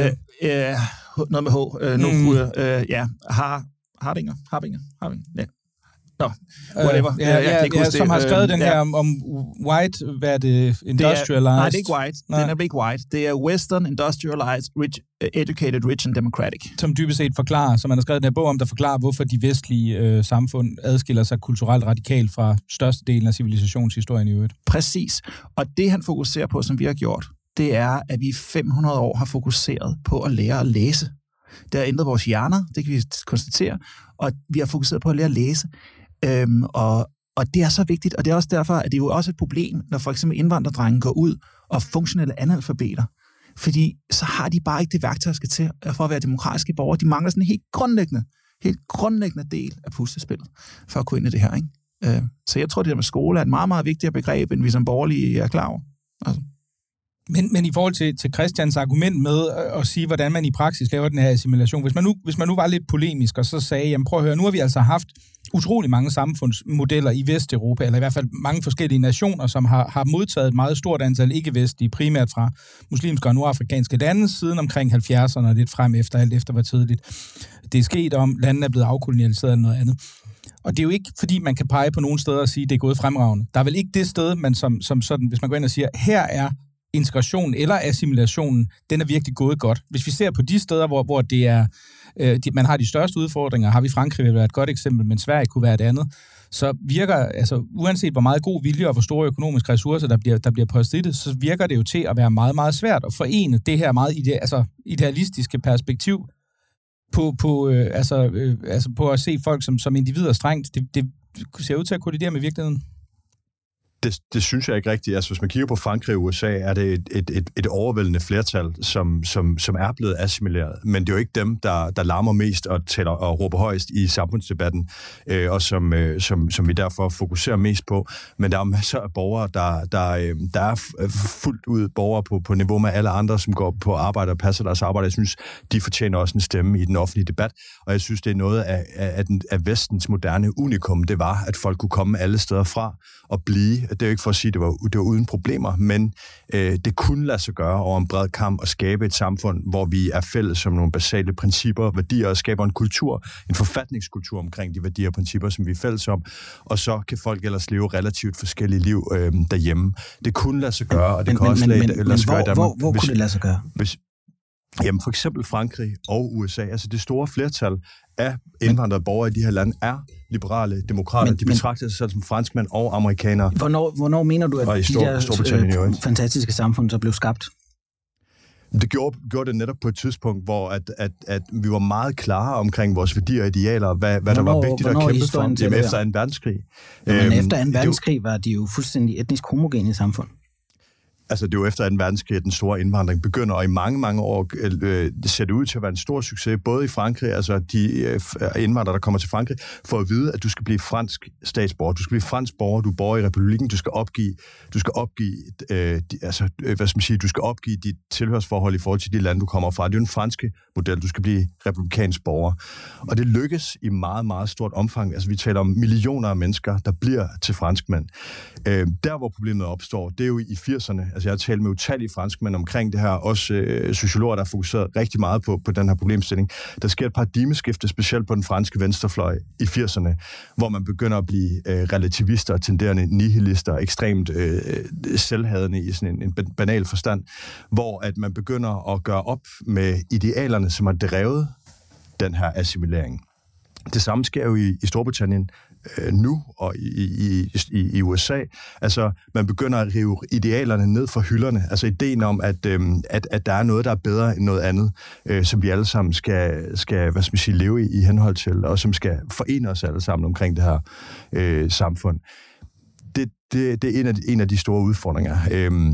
Speaker 5: uh, noget med H. Uh, nu, mm. uh, ja, har Hardinger. Hardinger. Hardinger. Ja. Nå, whatever.
Speaker 2: Uh, ja, ja, ja, som har skrevet øh, den her ja. om, om white, hvad er det, industrialized? Det er, nej,
Speaker 5: det er ikke white. Nej. Den er ikke white. Det er western, industrialized, rich, uh, educated, rich and democratic.
Speaker 2: Som dybest set forklarer, som man har skrevet den her bog om, der forklarer, hvorfor de vestlige øh, samfund adskiller sig kulturelt radikalt fra størstedelen af civilisationshistorien i øvrigt.
Speaker 5: Præcis. Og det, han fokuserer på, som vi har gjort, det er, at vi i fem hundrede år har fokuseret på at lære at læse. Det har ændret vores hjerner, det kan vi konstatere, og vi har fokuseret på at lære at læse. Øhm, og, og det er så vigtigt, og det er også derfor, at det er jo også et problem, når for eksempel indvandrerdrenge går ud og funktionelle analfabeter, fordi så har de bare ikke det værktøj, der skal til for at være demokratiske borgere. De mangler sådan en helt grundlæggende, helt grundlæggende del af puslespillet, for at kunne ind i det her. Ikke? Øh, så jeg tror, det der med skole er et meget, meget vigtigere begreb, end vi som borgerlige er klar over. Altså.
Speaker 2: Men, men i forhold til, til Christians argument med at, at sige, hvordan man i praksis laver den her assimilation, hvis man nu, hvis man nu var lidt polemisk og så sagde, jamen prøv at høre, nu har vi altså haft utrolig mange samfundsmodeller i Vesteuropa, eller i hvert fald mange forskellige nationer, som har, har modtaget et meget stort antal ikke-vestlige, primært fra muslimske og nordafrikanske lande, siden omkring halvfjerdserne og lidt frem efter, alt efter hvor tidligt det er sket, om landene er blevet afkolonialiseret eller noget andet. Og det er jo ikke, fordi man kan pege på nogle steder og sige, at det er gået fremragende. Der er vel ikke det sted, man som, som sådan, hvis man går ind og siger, her er integration eller assimilationen, den er virkelig gået godt. Hvis vi ser på de steder, hvor, hvor det er, øh, de, man har de største udfordringer, har vi Frankrig vil være et godt eksempel, men Sverige kunne være et andet, så virker, altså uanset hvor meget god vilje og hvor store økonomiske ressourcer, der bliver, der bliver postet i det, så virker det jo til at være meget, meget svært at forene det her meget ide, altså, idealistiske perspektiv på, på, øh, altså, øh, altså på at se folk som, som individer strengt. Det, det ser ud til at kollidere med virkeligheden.
Speaker 4: Det, det synes jeg ikke rigtigt. Altså, hvis man kigger på Frankrig og U S A, er det et, et, et, et overvældende flertal, som, som, som er blevet assimileret. Men det er jo ikke dem, der, der larmer mest og, tæller, og råber højst i samfundsdebatten, øh, og som, øh, som, som vi derfor fokuserer mest på. Men der er masser af borgere, der, der, øh, der er fuldt ud borgere på, på niveau med alle andre, som går på arbejde og passer deres arbejde. Jeg synes, de fortjener også en stemme i den offentlige debat. Og jeg synes, det er noget af, af, af vestens moderne unikum. Det var, at folk kunne komme alle steder fra og blive. Det er jo ikke for at sige, at det var, det var uden problemer, men øh, det kunne lade sig gøre over en bred kamp og skabe et samfund, hvor vi er fælles som nogle basale principper, værdier, og skaber en kultur, en forfatningskultur omkring de værdier og principper, som vi er fælles om, og så kan folk ellers leve relativt forskellige liv øh, derhjemme. Det kunne lade sig gøre, og det
Speaker 3: men,
Speaker 4: kan
Speaker 3: men,
Speaker 4: også
Speaker 3: men,
Speaker 4: lade,
Speaker 3: men,
Speaker 4: lade sig
Speaker 3: hvor,
Speaker 4: gøre i Danmark.
Speaker 3: Hvor, hvor
Speaker 4: hvis,
Speaker 3: kunne det lade sig gøre?
Speaker 4: Hvis, Jamen for eksempel Frankrig og U S A, altså det store flertal af indvandrede borgere i de her lande er liberale demokrater. Men, de betragter sig selv som franskmænd og amerikanere.
Speaker 3: Hvornår, hvornår mener du, at
Speaker 4: Stor,
Speaker 3: de der øh, fantastiske samfund så blev skabt?
Speaker 4: Det gjorde, gjorde det netop på et tidspunkt, hvor at, at, at vi var meget klare omkring vores værdier og idealer, hvad, hvad
Speaker 3: hvornår,
Speaker 4: der var vigtigt at kæmpe for. Jamen, efter anden verdenskrig.
Speaker 3: Ja, men øhm, efter anden verdenskrig var de jo fuldstændig etnisk homogene samfund.
Speaker 4: Altså, det er jo efter anden verdenskrig, at den store indvandring begynder, og i mange, mange år øh, det ser det ud til at være en stor succes, både i Frankrig, altså de øh, indvandrere, der kommer til Frankrig, for at vide, at du skal blive fransk statsborger, du skal blive fransk borger, du bor i republikken, du skal opgive, du skal opgive, øh, de, altså, øh, hvad skal man sige, du skal opgive dit tilhørsforhold i forhold til de lande, du kommer fra. Det er jo den franske model, du skal blive republikansk borger. Og det lykkes i meget, meget stort omfang. Altså, vi taler om millioner af mennesker, der bliver til franskmænd. Øh, der, hvor problemet opstår, det er jo i firserne. Altså, jeg har talt med utallige franskmænd omkring det her, også øh, sociologer, der har fokuseret rigtig meget på, på den her problemstilling. Der sker et paradigmeskifte, specielt på den franske venstrefløj i firserne, hvor man begynder at blive øh, relativister, tenderende nihilister, ekstremt øh, selvhadende i sådan en, en banal forstand, hvor at man begynder at gøre op med idealerne, som har drevet den her assimilering. Det samme sker jo i, i Storbritannien. øh, nu og i, i, i, i U S A. Altså, man begynder at rive idealerne ned fra hylderne. Altså ideen om, at, øh, at, at der er noget, der er bedre end noget andet, øh, som vi alle sammen skal, skal hvad skal man sige, leve i, i henhold til, og som skal forene os alle sammen omkring det her øh, samfund. Det, det, det er en af, de, en af de store udfordringer. Øh,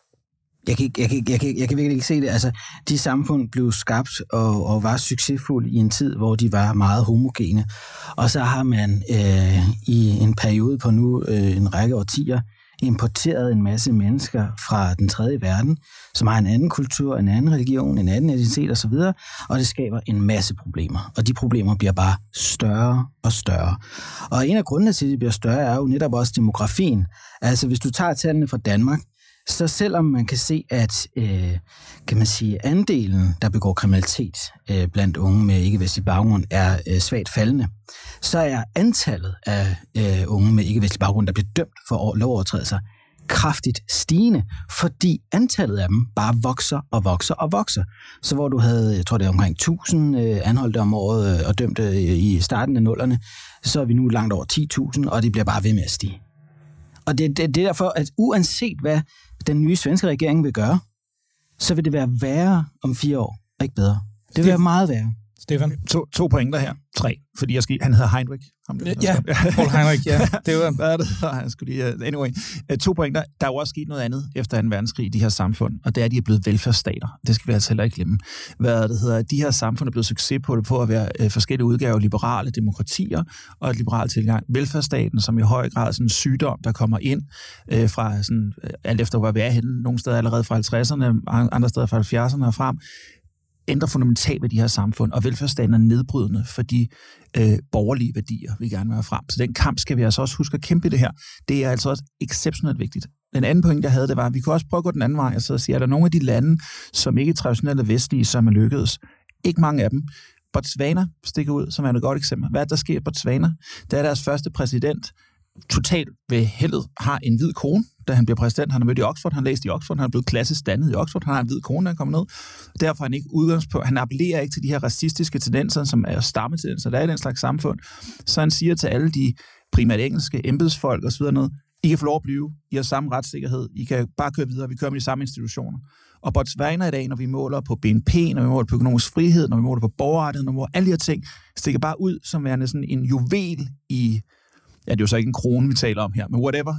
Speaker 3: Jeg kan, jeg, kan, jeg, kan, jeg kan virkelig ikke se det. Altså, de samfund blev skabt og, og var succesfulde i en tid, hvor de var meget homogene. Og så har man øh, i en periode på nu øh, en række årtier importeret en masse mennesker fra den tredje verden, som har en anden kultur, en anden religion, en anden etnicitet osv., og det skaber en masse problemer. Og de problemer bliver bare større og større. Og en af grundene til, at de bliver større, er jo netop også demografien. Altså, hvis du tager tallene fra Danmark, så selvom man kan se, at øh, kan man sige, andelen, der begår kriminalitet øh, blandt unge med ikke-vestlig baggrund, er øh, svagt faldende, så er antallet af øh, unge med ikke-vestlig baggrund, der bliver dømt for lovovertrædelser, kraftigt stigende, fordi antallet af dem bare vokser og vokser og vokser. Så hvor du havde, jeg tror det er omkring tusind øh, anholdte om året øh, og dømte øh, i starten af nullerne, så er vi nu langt over ti tusind, og det bliver bare ved med at stige. Og det, det, det er derfor, at uanset hvad den nye svenske regering vil gøre, så vil det være værre om fire år, og ikke bedre. Det vil være meget værre.
Speaker 2: Stefan?
Speaker 5: To, to pointer her. Tre. Fordi jeg skal, han hedder Heinrich. Ham, der,
Speaker 2: ja, Paul Heinrich, ja. Det var...
Speaker 5: Hvad er det? Han skulle lige... Uh, anyway. Uh, to pointer. Der er jo også sket noget andet efter anden verdenskrig i de her samfund, og det er, at de er blevet velfærdsstater. Det skal vi altså heller ikke glemme. Hvad det hedder, de her samfund er blevet succes på det, på at være uh, forskellige udgaver af liberale demokratier og et liberalt tilgang. Velfærdsstaten, som i høj grad er sådan en sygdom, der kommer ind uh, fra sådan, uh, alt efter, hvor vi er henne, nogle steder allerede fra halvtredserne, andre steder fra halvfjerdserne og frem, ændrer fundamentalt ved de her samfund, og velfærdsstaten er nedbrydende for de øh, borgerlige værdier, vi gerne vil have frem. Så den kamp skal vi altså også huske at kæmpe i det her. Det er altså også exceptionelt vigtigt. Den anden point, jeg havde, det var, at vi kunne også prøve at gå den anden vej og så sige, at der er nogle af de lande, som ikke er traditionelle vestlige, som er lykkedes. Ikke mange af dem. Botswana stikker ud, som er et godt eksempel. Hvad er der sker i Botswana? Det er deres første præsident, totalt ved heldet, har en hvid kone, da han bliver præsident. Han har mødt i Oxford, han har læst i Oxford, han er blevet klassisk dannet i Oxford, han har en hvid kone, der er kommet ned. Derfor er han ikke udgangspunkt. Han appellerer ikke til de her racistiske tendenser, som er stammetendenser, der er i den slags samfund. Så han siger til alle de primært engelske embedsfolk og så videre noget, I kan få lov at blive, I har samme retssikkerhed, I kan bare køre videre, vi kører med de samme institutioner. Og Botswana i dag, når vi måler på B N P, når vi måler på økonomisk frihed, når vi måler på borgerrettighed, når vi måler alle de her ting, stikker bare ud som værende sådan en juvel i... Ja, det er jo så ikke en krone, vi taler om her, men whatever.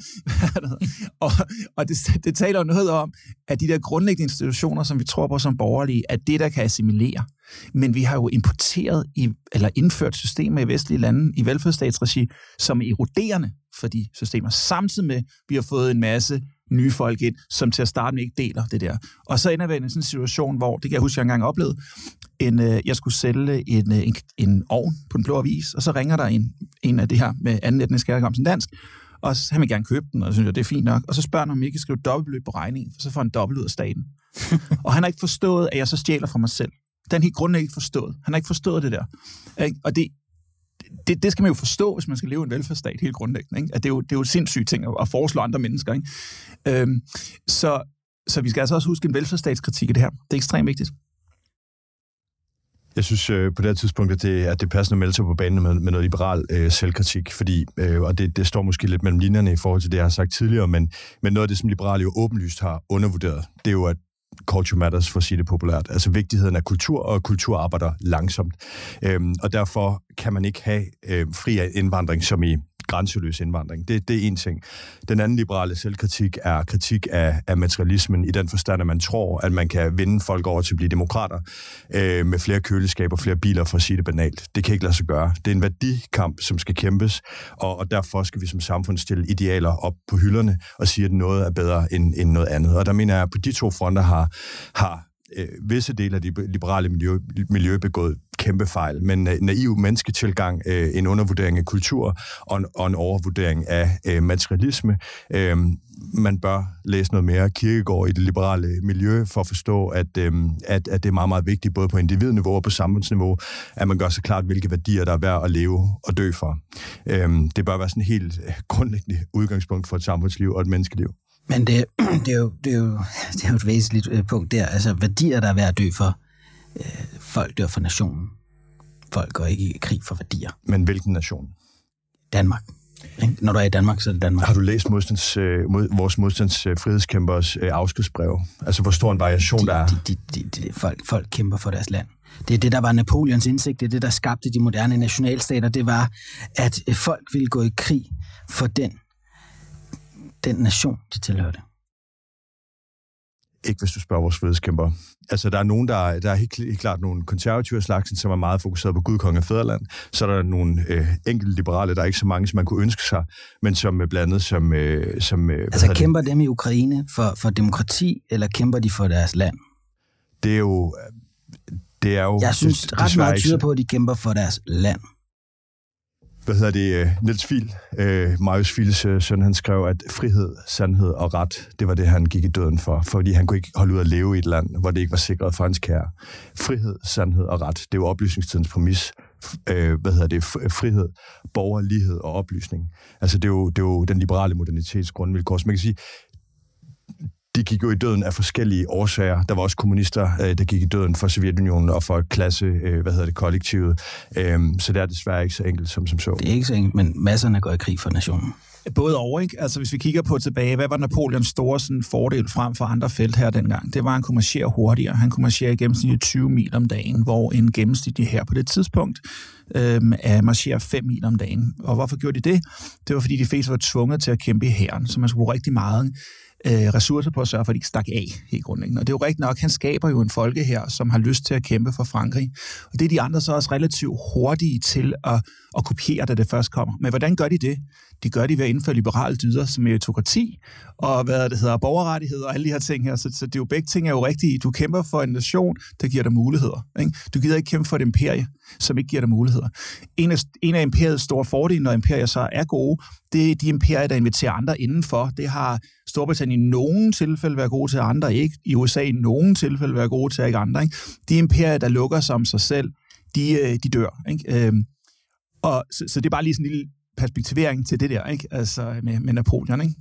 Speaker 5: og og det, det taler jo noget om, at de der grundlæggende institutioner, som vi tror på som borgerlige, er det, der kan assimilere. Men vi har jo importeret i, eller indført systemer i vestlige lande i velfærdsstatsregi, som er eroderende for de systemer, samtidig med, at vi har fået en masse nye folk ind, som til at starte med ikke deler det der. Og så ender vi i sådan en situation, hvor, det kan jeg huske, jeg engang oplevede, en, øh, jeg skulle sælge en, øh, en, en ovn på Den Blå Avis, og så ringer der en, en af det her med anden etnisk herkomst end dansk, og så, han vil gerne købe den, og så synes jeg, det er fint nok. Og så spørger han, om jeg ikke skrive dobbeltbeløb på regningen, for så får han dobbelt ud af staten. Og han har ikke forstået, at jeg så stjæler fra mig selv. Den helt grundlæggende ikke forstået. Han har ikke forstået det der. Og det, det, det skal man jo forstå, hvis man skal leve i en velfærdsstat, helt grundlæggende. Ikke? At det, er jo, det er jo et sindssygt ting at foreslå andre mennesker. Ikke? Øhm, så, så vi skal altså også huske en velfærdsstatskritik i det her. Det er ekstremt vigtigt.
Speaker 4: Jeg synes øh, på det her tidspunkt, at det, at det passer at melde sig på banen med, med noget liberal øh, selvkritik, fordi, øh, og det, det står måske lidt mellem linjerne i forhold til det, jeg har sagt tidligere, men, men noget af det, som liberale jo åbenlyst har undervurderet, det er jo, at culture matters, for at sige det populært. Altså vigtigheden af kultur, og kultur arbejder langsomt. Øhm, og derfor kan man ikke have øh, fri indvandring, som i grænseløs indvandring. Det, det er en ting. Den anden liberale selvkritik er kritik af, af materialismen, i den forstand, at man tror, at man kan vinde folk over til at blive demokrater øh, med flere køleskaber, flere biler, for at sige det banalt. Det kan ikke lade sig gøre. Det er en værdikamp, som skal kæmpes, og, og derfor skal vi som samfund stille idealer op på hylderne og sige, at noget er bedre end, end noget andet. Og der mener jeg, at på de to fronter har, har øh, visse dele af det liberale miljø, miljø begået kæmpe fejl, men øh, naiv mennesketilgang, øh, en undervurdering af kultur og en, og en overvurdering af øh, materialisme. Øh, man bør læse noget mere Kierkegaard i det liberale miljø for at forstå, at, øh, at, at det er meget, meget vigtigt, både på individniveau og på samfundsniveau, at man gør sig klart, hvilke værdier der er værd at leve og dø for. Øh, det bør være sådan et helt grundlæggende udgangspunkt for et samfundsliv og et menneskeliv.
Speaker 3: Men det, det, er jo, det, er jo, det er jo et væsentligt punkt der. Altså værdier, der er værd at dø for. Folk dør for nationen. Folk går ikke i krig for værdier.
Speaker 4: Men hvilken nation?
Speaker 3: Danmark. Ikke? Når du er i Danmark, så er det Danmark.
Speaker 4: Har du læst modstands, øh, mod, vores modstands øh, frihedskæmpers øh, afskedsbrev? Altså, hvor stor en variation
Speaker 3: de,
Speaker 4: der er?
Speaker 3: De, de, de, de, folk, folk kæmper for deres land. Det er det, der var Napoleons indsigt. Det er det, der skabte de moderne nationalstater. Det var, at folk ville gå i krig for den, den nation, de tilhørte.
Speaker 4: Ikke hvis du spørger vores frihedskæmper. Altså, der er nogen, der er, der er helt, helt klart nogle konservative slagsen, som er meget fokuseret på Gud, konge og fædreland. Så er der nogle øh, enkelte liberale, der er ikke så mange, som man kunne ønske sig, men som er blandet som... Øh, som øh,
Speaker 3: altså, kæmper det? dem i Ukraine for, for demokrati, eller kæmper de for deres land?
Speaker 4: Det er jo... Det er jo
Speaker 3: Jeg synes det, ret meget tyder på, at de kæmper for deres land.
Speaker 4: Hvad hedder det? Niels Fiel, øh, Marius Fiels søn, han skrev, at frihed, sandhed og ret, det var det, han gik i døden for, fordi han kunne ikke holde ud at leve i et land, hvor det ikke var sikret for hans kære. Frihed, sandhed og ret, det er jo oplysningstidens præmis. Øh, hvad hedder det? Frihed, borgerlighed og oplysning. Altså, det er jo, det er jo den liberale modernitets grundvilkår. Så man kan sige, de gik jo i døden af forskellige årsager. Der var også kommunister, der gik i døden for Sovjetunionen og for klasse, hvad hedder det, kollektivet. Så det er desværre ikke så enkelt som som så.
Speaker 3: Det er ikke så enkelt, men masserne går i krig for nationen.
Speaker 5: Både over, ikke? Altså hvis vi kigger på tilbage, hvad var Napoleons store sådan, fordel frem for andre felt her dengang? Det var, at han kunne marchere hurtigere. Han kunne marchere i gennemsnit tyve mil om dagen, hvor en gennemsnitlig her på det tidspunkt øhm, er marchere fem mil om dagen. Og hvorfor gjorde de det? Det var, fordi de fleste var tvunget til at kæmpe i hæren, så man skulle bruge rigtig meget ressourcer på at sørge for, at de ikke stak af, helt grundlæggende. Og det er jo rigtigt nok, han skaber jo en folke her, som har lyst til at kæmpe for Frankrig. Og det er de andre så også relativt hurtige til at, at kopiere, da det først kommer. Men hvordan gør de det? De gør det ved at indføre liberale dyder som meritokrati, og hvad det hedder, borgerrettigheder og alle de her ting her. Så, så det er jo begge ting er jo rigtige. Du kæmper for en nation, der giver dig muligheder. Ikke? Du gider ikke kæmpe for et imperie, som ikke giver dig muligheder. En af, en af imperiets store fordele, når imperier så er gode, det er de imperier, der inviterer andre indenfor. Det har Storbritannien i nogle tilfælde været gode til, andre ikke. I U S A i nogle tilfælde været gode til, ikke andre. Ikke? De imperier, der lukker sig om sig selv, de, de dør. Ikke? Øhm, og så, så det er bare lige sådan en lille perspektivering til det der, ikke? Altså med, med Napoleon, ikke?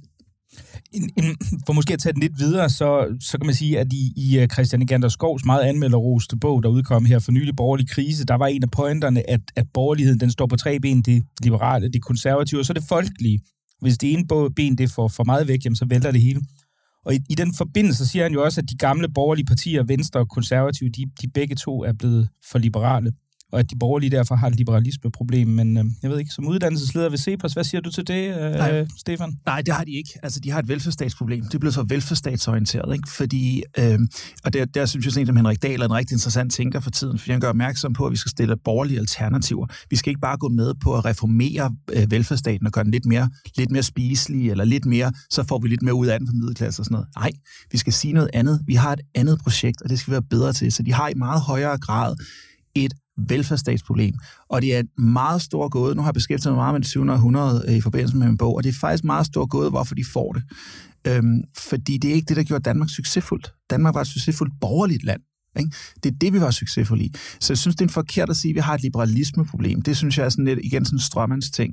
Speaker 2: En, en, for måske at tage den lidt videre, så, så kan man sige, at i, i Christian Igander Skovs meget anmelderroste bog, der udkom her for nylig, Borgerlig krise, der var en af pointerne, at, at borgerligheden den står på tre ben, det liberale, det konservative, og så det folkelige. Hvis det ene ben det får for meget væk, jamen, så vælter det hele. Og i, i den forbindelse siger han jo også, at de gamle borgerlige partier, Venstre og konservative, de, de begge to er blevet for liberale. Og at de borgerlige derfor har et liberalismeproblem. Men øh, jeg ved ikke, som uddannelsesleder ved CEPOS, hvad siger du til det, øh,
Speaker 5: Nej.
Speaker 2: Stefan?
Speaker 5: Nej, det har de ikke. Altså, de har et velfærdsstatsproblem. Det er blevet så velfærdsstatsorienteret, ikke? Fordi, øh, og der, der synes jeg sådan, at Henrik Dahl er en rigtig interessant tænker for tiden, fordi han gør opmærksom på, at vi skal stille borgerlige alternativer. Vi skal ikke bare gå med på at reformere øh, velfærdsstaten og gøre den lidt mere, lidt mere spiselig, eller lidt mere, så får vi lidt mere ud af den for middelklasse og sådan noget. Nej, vi skal sige noget andet. Vi har et andet projekt, og det skal vi være bedre til. Så de har i meget højere grad et velfærdsstatsproblem, og det er en meget stor gåde. Nu har jeg beskæftiget mig meget med det syvende århundrede i forbindelse med min bog, og det er faktisk meget stor gåde, hvorfor de får det. Øhm, fordi det er ikke det, der gjorde Danmark succesfuldt. Danmark var et succesfuldt borgerligt land. Ikke? Det er det, vi var succesfulde i. Så jeg synes, det er forkert at sige, at vi har et liberalismeproblem. Det synes jeg er sådan lidt, igen sådan en strømmens ting.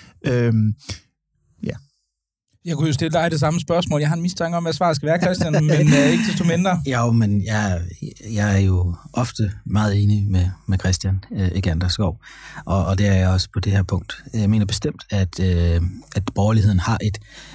Speaker 5: Øhm, ja.
Speaker 2: Jeg kunne jo stille dig det samme spørgsmål. Jeg har en mistanke om, hvad svaret skal være, Christian, men uh, ikke desto mindre.
Speaker 3: Jo, men jeg, jeg er jo ofte meget enig med, med Christian øh, Igander Skov, og, og det er jeg også på det her punkt. Jeg mener bestemt, at, øh, at borgerligheden har et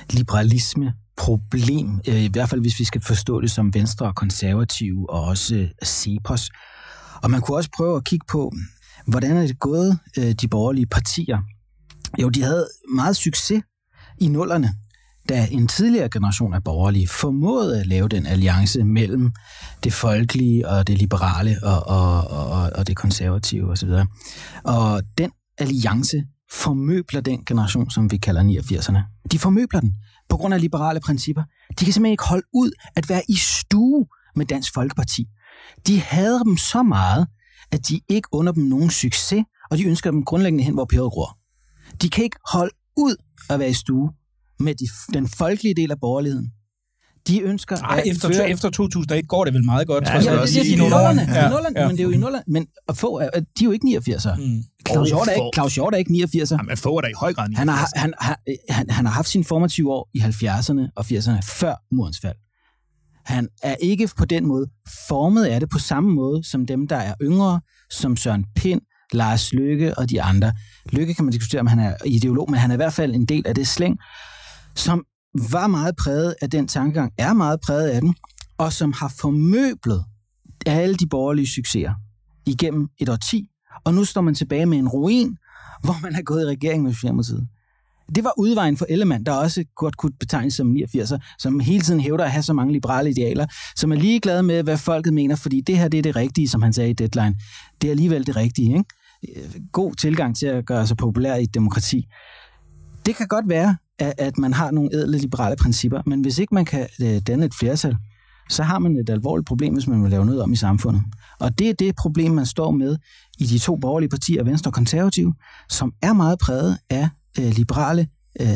Speaker 3: liberalismeproblem, øh, i hvert fald hvis vi skal forstå det som Venstre og konservative, og også øh, CEPOS. Og man kunne også prøve at kigge på, hvordan er det gået øh, de borgerlige partier. Jo, de havde meget succes i nullerne, da en tidligere generation af borgerlige formåede at lave den alliance mellem det folkelige og det liberale og, og, og, og det konservative osv. Og den alliance formøbler den generation, som vi kalder niogfirserne. De formøbler den på grund af liberale principper. De kan simpelthen ikke holde ud at være i stue med Dansk Folkeparti. De hader dem så meget, at de ikke under dem nogen succes, og de ønsker dem grundlæggende hen, hvor peberet gror. De kan ikke holde ud at være i stue med de, den folkelige del af borgerligheden. De ønsker...
Speaker 2: Ej, efter, føre... efter to tusind og et går det vel meget godt.
Speaker 3: Ja, ja, det, det, det, i nullerne, ja, ja. Men det er jo i nullerne. Men at få, de er jo ikke niogfirsere. Mm. Claus Hjort er ikke, Claus Hjort er ikke niogfirsere.
Speaker 5: Jamen, få er da i høj grad
Speaker 3: han har, han, han, han, han har haft sine formative år i halvfjerdserne og firserne før murens fald. Han er ikke på den måde formet af det på samme måde som dem, der er yngre, som Søren Pind, Lars Løkke og de andre. Løkke kan man diskutere, om han er ideolog, men han er i hvert fald en del af det slæng, som var meget præget af den tankegang, er meget præget af den, og som har formøblet alle de borgerlige succeser igennem et årti, og nu står man tilbage med en ruin, hvor man er gået i regering med Socialdemokratiet. Det var udvejen for Ellemann, der også godt kunne betegnes som niogfirser, som hele tiden hævder at have så mange liberale idealer, som er ligeglade med, hvad folket mener, fordi det her det er det rigtige, som han sagde i Deadline. Det er alligevel det rigtige, ikke? God tilgang til at gøre sig populær i et demokrati. Det kan godt være, at man har nogle ædle liberale principper, men hvis ikke man kan danne et flertal, så har man et alvorligt problem, hvis man vil lave noget om i samfundet. Og det er det problem, man står med i de to borgerlige partier, Venstre og Konservative, som er meget præget af øh, liberale øh,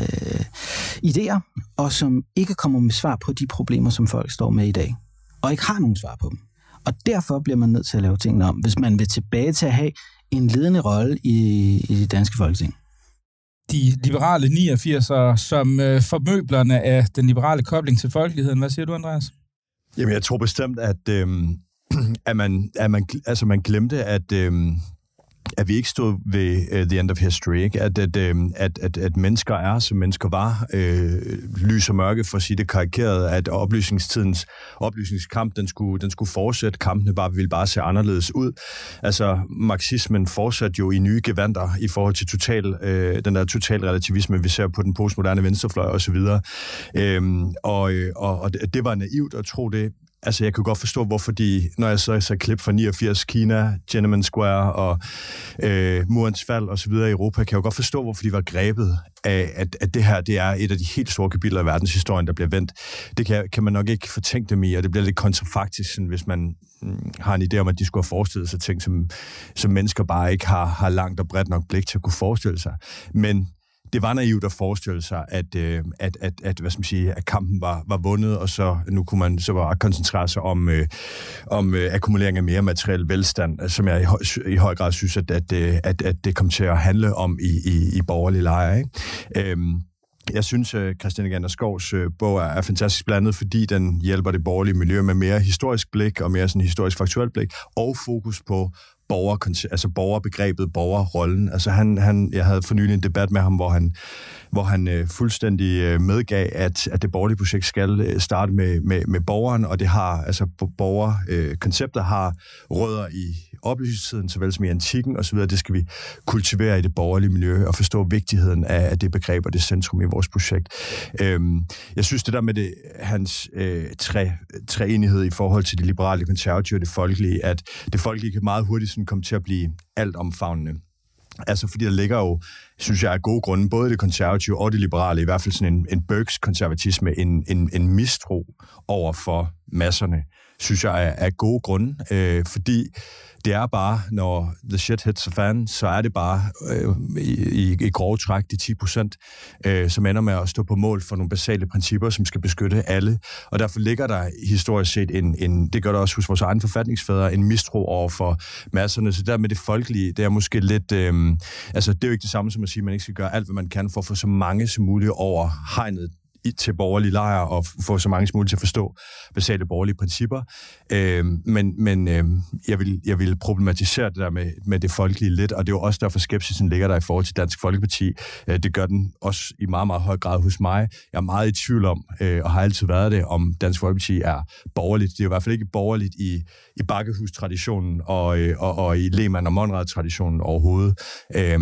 Speaker 3: idéer, og som ikke kommer med svar på de problemer, som folk står med i dag, og ikke har nogen svar på dem. Og derfor bliver man nødt til at lave tingene om, hvis man vil tilbage til at have en ledende rolle i, i det danske Folketing.
Speaker 2: De liberale niogfirsere som øh, formøblerne af den liberale kobling til folkeligheden. Hvad siger du, Andreas?
Speaker 4: Jamen, jeg tror bestemt, at, øhm, at, man, at man, altså, man glemte, at, øhm, at vi ikke stod ved uh, the end of history, ikke? At, at, øhm, at, at, at mennesker er, som mennesker var, øh, lys og mørke, for at sige det karikeret, at oplysningstidens oplysningskamp, den skulle, den skulle fortsætte. Kampene bare, ville bare se anderledes ud. Altså, marxismen fortsatte jo i nye gevanter i forhold til total, øh, den der total relativisme, vi ser på den postmoderne venstrefløj og så videre. Øhm, og, og, og det var naivt at tro det. Altså, jeg kan godt forstå, hvorfor de, når jeg så ser klip fra niogfirs, Kina, Tiananmen Square og øh, Murens fald og så videre i Europa, kan jeg jo godt forstå, hvorfor de var grebet af, at, at det her, det er et af de helt store kapitler af verdenshistorien, der bliver vendt. Det kan, kan man nok ikke fortænke dem i, og det bliver lidt kontrafaktisk, sådan, hvis man mm, har en idé om, at de skulle have forestillet sig ting, som, som mennesker bare ikke har, har langt og bredt nok blik til at kunne forestille sig. Men det var naivt at forestille sig, at, øh, at, at, at, hvad skal man sige, at kampen var, var vundet, og så nu kunne man så bare koncentrere sig om, øh, om øh, akkumulering af mere materiel velstand, som jeg i, høj, i høj grad synes, at, at, at, at det kom til at handle om i, i, i borgerlige lejre. Ikke? Øhm, Jeg synes, at Christiane Gander Skovs bog er fantastisk blandet, fordi den hjælper det borgerlige miljø med mere historisk blik og mere sådan historisk faktuelt blik, og fokus på borger, altså borgerbegrebet, borgerrollen. Altså han, han, jeg havde for nylig en debat med ham, hvor han, hvor han øh, fuldstændig øh, medgav, at, at det borgerlige projekt skal øh, starte med, med, med borgeren, og det har, altså borgerkoncepter øh, har rødder i oplysningstiden, såvel som i antikken osv. Det skal vi kultivere i det borgerlige miljø og forstå vigtigheden af, af det begreb og det centrum i vores projekt. Øhm, jeg synes, det der med det, hans øh, tre, treenighed i forhold til det liberale, det konservative og det folkelige, at det folkelige kan meget hurtigt sådan komme til at blive altomfavnende. Altså, fordi der ligger jo, synes jeg, af gode grunde, både det konservative og det liberale, i hvert fald sådan en, en Burkes konservatisme, en, en, en mistro over for masserne, synes jeg, er af gode grunde, øh, fordi det er bare, når the shit hits the fan, så er det bare øh, i, i, i grove træk de ti procent, øh, som ender med at stå på mål for nogle basale principper, som skal beskytte alle. Og derfor ligger der historisk set en, en det gør der også hos vores egen forfatningsfædre, en mistro over for masserne. Så der med det folkelige, det er måske lidt, øh, altså det er jo ikke det samme som at sige, at man ikke skal gøre alt, hvad man kan for at få så mange som muligt over hegnet til borgerlige lejre og få så mange som muligt til at forstå basale borgerlige principper. Øh, men men øh, jeg, vil, jeg vil problematisere det der med, med det folkelige lidt, og det er jo også derfor skepsisen ligger der i forhold til Dansk Folkeparti. Øh, det gør den også i meget, meget høj grad hos mig. Jeg er meget i tvivl om, øh, og har altid været det, om Dansk Folkeparti er borgerligt. Det er jo i hvert fald ikke borgerligt i, i Bakkehus-traditionen og, øh, og, og i Lehmann- og Monrad-traditionen overhovedet. Øh,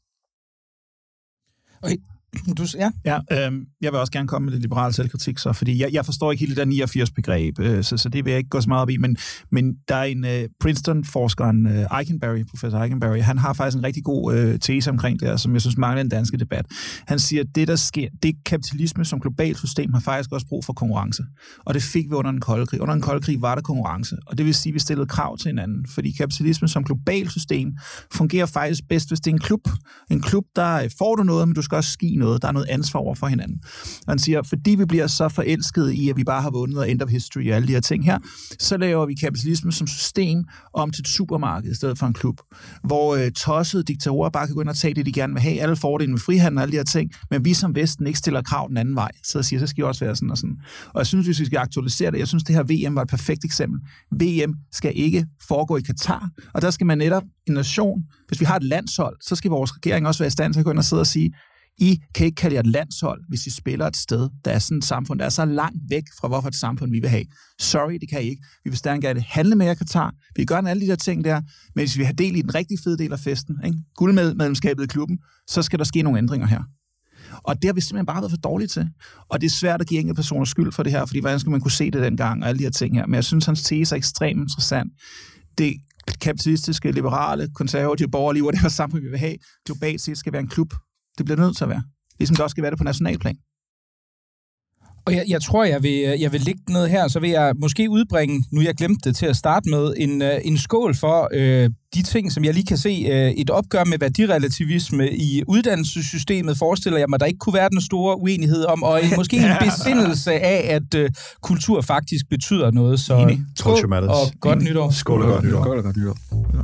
Speaker 2: okay. Du, ja,
Speaker 5: ja øh, jeg vil også gerne komme med det liberale selvkritik, så, fordi jeg, jeg forstår ikke hele det der niogfirs-begreb, øh, så, så det vil jeg ikke gå så meget op i, men, men der er en øh, Princeton-forskeren, øh, Eikenberry, professor Eikenberry, han har faktisk en rigtig god øh, tese omkring det her, som jeg synes mangler en danske debat. Han siger, at det, der sker, det kapitalisme som globalt system har faktisk også brug for konkurrence, og det fik vi under den kolde krig. Under den kolde krig var der konkurrence, og det vil sige, at vi stillede krav til hinanden, fordi kapitalisme som globalt system fungerer faktisk bedst, hvis det er en klub. En klub, der får du noget, men du skal også give noget. Der er noget ansvar over for hinanden. Og han siger, fordi vi bliver så forelskede i, at vi bare har vundet og end of history og alle de her ting her, så laver vi kapitalisme som system om til et supermarked i stedet for en klub, hvor øh, tossede diktatorer bare kan gå ind og tage det, de gerne vil have, alle fordele med frihandel og alle de her ting, men vi som Vesten ikke stiller krav den anden vej. Så jeg siger, så skal I også være sådan og sådan. Og jeg synes, hvis vi skal aktualisere det, jeg synes, det her V M var et perfekt eksempel. V M skal ikke foregå i Katar, og der skal man netop en nation, hvis vi har et landshold, så skal vores regering også være i stand til at gå ind og sidde og sige, I kan ikke kalde jer et landshold, hvis I spiller et sted, der er sådan et samfund, der er så langt væk fra, hvorfor et samfund vi vil have. Sorry, det kan I ikke. Vi vil stadig gerne handle med jer, Katar. Vi gør alle de der ting der, men hvis vi har del i den rigtig fede del af festen, ikke? Guldmedlemskabet i klubben, så skal der ske nogle ændringer her. Og det har vi simpelthen bare været for dårligt til. Og det er svært at give enkelte personer skyld for det her, fordi hvordan skal man kunne se det dengang, og alle de her ting her. Men jeg synes, hans tese er ekstremt interessant. Det kapitalistiske, liberale, konservative, borgerlige, hvor det her samfund, vi vil have, globalt set skal være en klub. Det bliver nødt til at være. Ligesom det også skal være det på nationalplan.
Speaker 2: Og jeg, jeg tror, jeg vil, jeg vil lægge ned her, så vil jeg måske udbringe, nu jeg glemte det til at starte med, en, en skål for øh, de ting, som jeg lige kan se. Øh, et opgør med værdirelativisme i uddannelsessystemet forestiller jeg mig, der ikke kunne være den store uenighed om, og en, måske en besindelse af, at øh, kultur faktisk betyder noget. Så skål og godt nytår.
Speaker 4: Skål og godt nytår.
Speaker 3: Skål og godt nytår.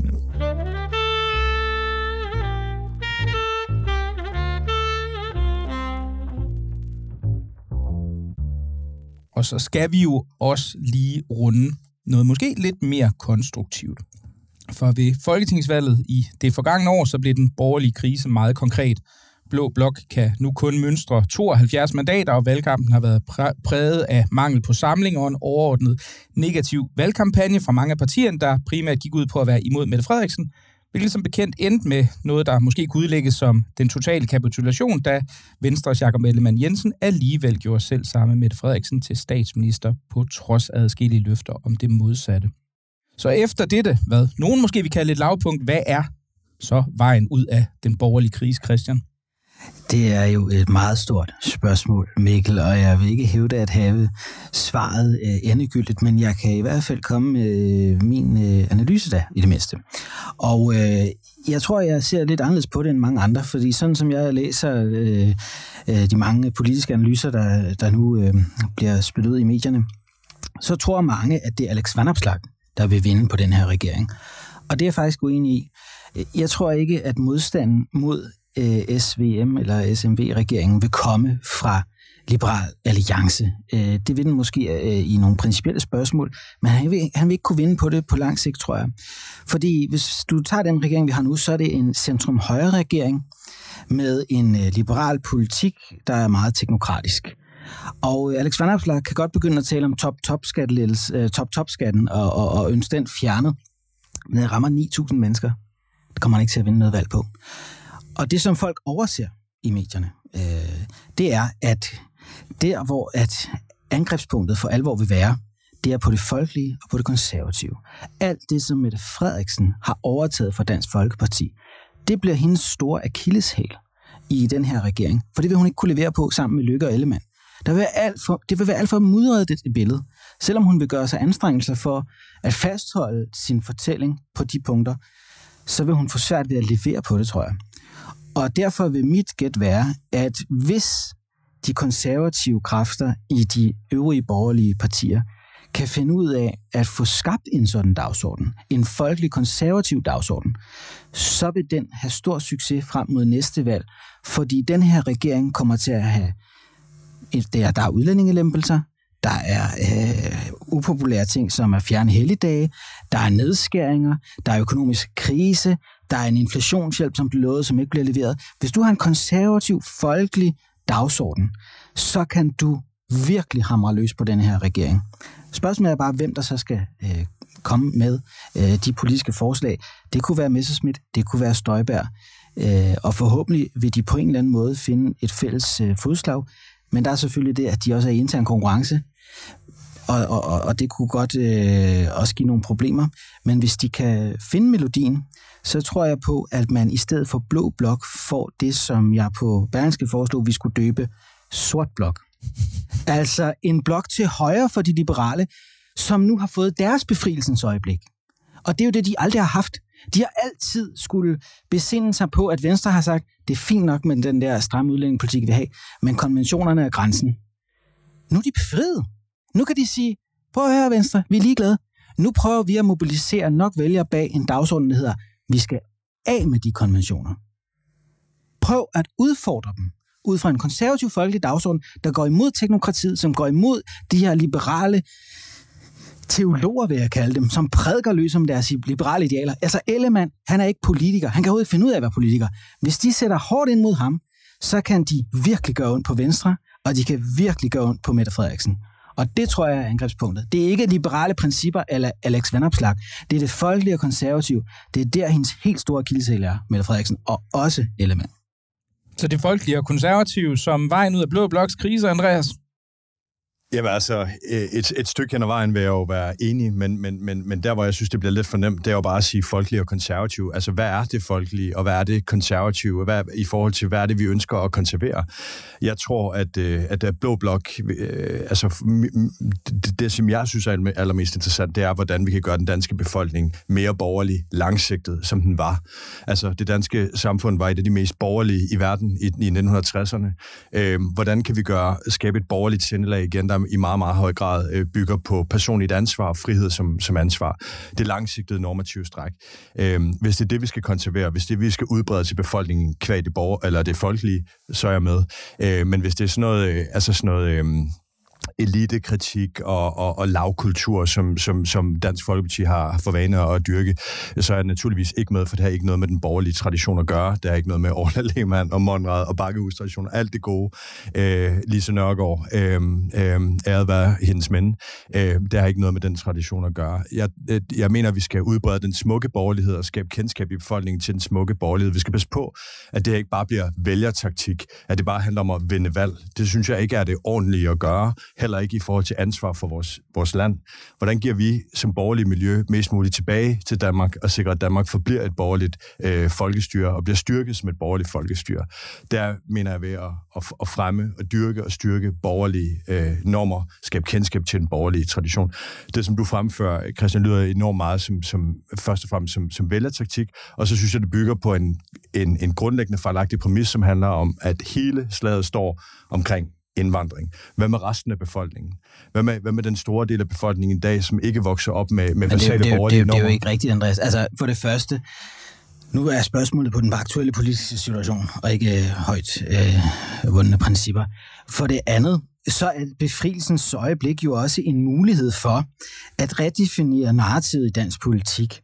Speaker 2: Og så skal vi jo også lige runde noget måske lidt mere konstruktivt. For ved folketingsvalget i det forgangne år, så blev den borgerlige krise meget konkret. Blå Blok kan nu kun mønstre tooghalvfjerds mandater, og valgkampen har været præ- præget af mangel på samling og en overordnet negativ valgkampagne fra mange af partierne, der primært gik ud på at være imod Mette Frederiksen, hvilket som bekendt endte med noget, der måske kunne udlægges som den totale kapitulation, da Venstres Jakob Ellemann-Jensen alligevel gjorde selv sammen med Mette Frederiksen til statsminister på trods af adskillige løfter om det modsatte. Så efter dette, hvad nogen måske vil kalde et lavpunkt, hvad er så vejen ud af den borgerlige krise, Christian?
Speaker 3: Det er jo et meget stort spørgsmål, Mikkel, og jeg vil ikke hævde at have svaret øh, endegyldigt, men jeg kan i hvert fald komme med øh, min øh, analyse der i det mindste. Og øh, jeg tror, jeg ser lidt anderledes på det end mange andre, fordi sådan som jeg læser øh, øh, de mange politiske analyser, der, der nu øh, bliver spillet ud i medierne, så tror mange, at det er Alex Vanopslagh, der vil vinde på den her regering. Og det er jeg faktisk uenig i. Jeg tror ikke, at modstanden mod S V M eller S M V-regeringen vil komme fra Liberal Alliance. Det vil den måske i nogle principielle spørgsmål, men han vil, han vil ikke kunne vinde på det på lang sigt, tror jeg. Fordi hvis du tager den regering, vi har nu, så er det en centrum-højre-regering med en liberal politik, der er meget teknokratisk. Og Alex Vanopslagh kan godt begynde at tale om top-top-skatten og, og, og ønske den fjernet, men det rammer ni tusind mennesker. Det kommer han ikke til at vinde noget valg på. Og det, som folk overser i medierne, øh, det er, at der, hvor at angrebspunktet for alvor vil være, det er på det folkelige og på det konservative. Alt det, som Mette Frederiksen har overtaget fra Dansk Folkeparti, det bliver hendes store akilleshæl i den her regering. For det vil hun ikke kunne levere på sammen med Løkke og Ellemann. Der vil være alt for, det vil være alt for mudret det billede, selvom hun vil gøre sig anstrengelser for at fastholde sin fortælling på de punkter, så vil hun få svært ved at levere på det, tror jeg. Og derfor vil mit gæt være, at hvis de konservative kræfter i de øvrige borgerlige partier kan finde ud af at få skabt en sådan dagsorden, en folkelig konservativ dagsorden, så vil den have stor succes frem mod næste valg, fordi den her regering kommer til at have, der, der er udlændingelempelser, der er øh, upopulære ting, som er fjerne helligdage, der er nedskæringer, der er økonomisk krise, der er en inflationshjælp, som bliver lovet, som ikke bliver leveret. Hvis du har en konservativ, folkelig dagsorden, så kan du virkelig hamre løs på den her regering. Spørgsmålet er bare, hvem der så skal øh, komme med øh, de politiske forslag. Det kunne være Messerschmidt, det kunne være Støjberg, øh, og forhåbentlig vil de på en eller anden måde finde et fælles øh, fodslag. Men der er selvfølgelig det, at de også er i intern konkurrence, og, og, og det kunne godt øh, også give nogle problemer. Men hvis de kan finde melodien, så tror jeg på, at man i stedet for blå blok får det, som jeg på Berlingske foreslog, vi skulle døbe sort blok. Altså en blok til højre for de liberale, som nu har fået deres befrielsens øjeblik. Og det er jo det, de aldrig har haft. De har altid skulle besinde sig på, at Venstre har sagt, det er fint nok med den der stramme udlændingepolitik, vi har, men konventionerne er grænsen. Nu er de befriet. Nu kan de sige, prøv at høre Venstre, vi er ligeglade. Nu prøver vi at mobilisere nok vælgere bag en dagsorden, der hedder, vi skal af med de konventioner. Prøv at udfordre dem ud fra en konservativ folkelig dagsorden, der går imod teknokratiet, som går imod de her liberale teologer, vil jeg kalde dem, som prædiker løs om deres liberale idealer. Altså Ellemann, han er ikke politiker. Han kan overhovedet ikke finde ud af at være politiker. Hvis de sætter hårdt ind mod ham, så kan de virkelig gøre ondt på Venstre, og de kan virkelig gøre ondt på Mette Frederiksen. Og det tror jeg er angrebspunktet. Det er ikke liberale principper eller Alex Vanopslagh. Det er det folkelige og konservative. Det er der, hendes helt store kildesæl er, Mette Frederiksen, og også Ellemann.
Speaker 2: Så det folkelige og konservative som vejen ud af blå bloks krise, Andreas?
Speaker 4: Jamen altså, et, et stykke hen ad vejen vil jeg jo være enig, men, men, men, men der, hvor jeg synes, det bliver lidt for nemt, det er jo bare at sige folkelige og konservative. Altså, hvad er det folkelige, og hvad er det konservative, hvad, i forhold til, hvad er det, vi ønsker at konservere? Jeg tror, at, at, at blå blok, øh, altså, det, det, som jeg synes er allermest interessant, det er, hvordan vi kan gøre den danske befolkning mere borgerlig, langsigtet, som den var. Altså, det danske samfund var et af de mest borgerlige i verden i, i nitten tresserne. Øh, hvordan kan vi gøre, skabe et borgerligt sindelag igen, der i meget, meget høj grad øh, bygger på personligt ansvar og frihed som, som ansvar. Det langsigtede normative stræk. Øh, hvis det er det, vi skal konservere, hvis det er det, vi skal udbrede til befolkningen kvad det borger, eller det folkelige, så er jeg med. Øh, men hvis det er sådan noget, øh, altså sådan noget øh, elitekritik og, og, og lavkultur, som, som, som Dansk Folkeparti har for vane at dyrke, så er jeg naturligvis ikke med, for det har ikke noget med den borgerlige tradition at gøre. Det har ikke noget med Orla Lehmann og Monrad og Bakkehus-traditioner. Alt det gode. Øh, Lise Nørgaard, øh, øh, æret være hendes mænd. Øh, det har ikke noget med den tradition at gøre. Jeg, jeg mener, at vi skal udbrede den smukke borgerlighed og skabe kendskab i befolkningen til den smukke borgerlighed. Vi skal passe på, at det ikke bare bliver vælgertaktik, at det bare handler om at vinde valg. Det synes jeg ikke er det ordentlige at gøre, heller ikke i forhold til ansvar for vores, vores land. Hvordan giver vi som borgerlige miljø mest muligt tilbage til Danmark og sikrer, at Danmark forbliver et borgerligt øh, folkestyre og bliver styrket som et borgerligt folkestyre? Der mener jeg ved at, at, at fremme og dyrke og styrke borgerlige øh, normer, skabe kendskab til den borgerlige tradition. Det, som du fremfører, Christian, lyder enormt meget som, som først og fremmest som, som vælgertaktik, og så synes jeg, det bygger på en, en, en grundlæggende fejlagtig præmis, som handler om, at hele slaget står omkring indvandring. Hvad med resten af befolkningen? Hvad med, hvad med den store del af befolkningen i dag, som ikke vokser op med, med basale borgerlige normer?
Speaker 3: Det, det, det er jo ikke rigtigt, Andreas. Altså, for det første, nu er spørgsmålet på den aktuelle politiske situation, og ikke øh, højt øh, vundne principper. For det andet, så er befrielsens øjeblik jo også en mulighed for at redefinere narrativet i dansk politik.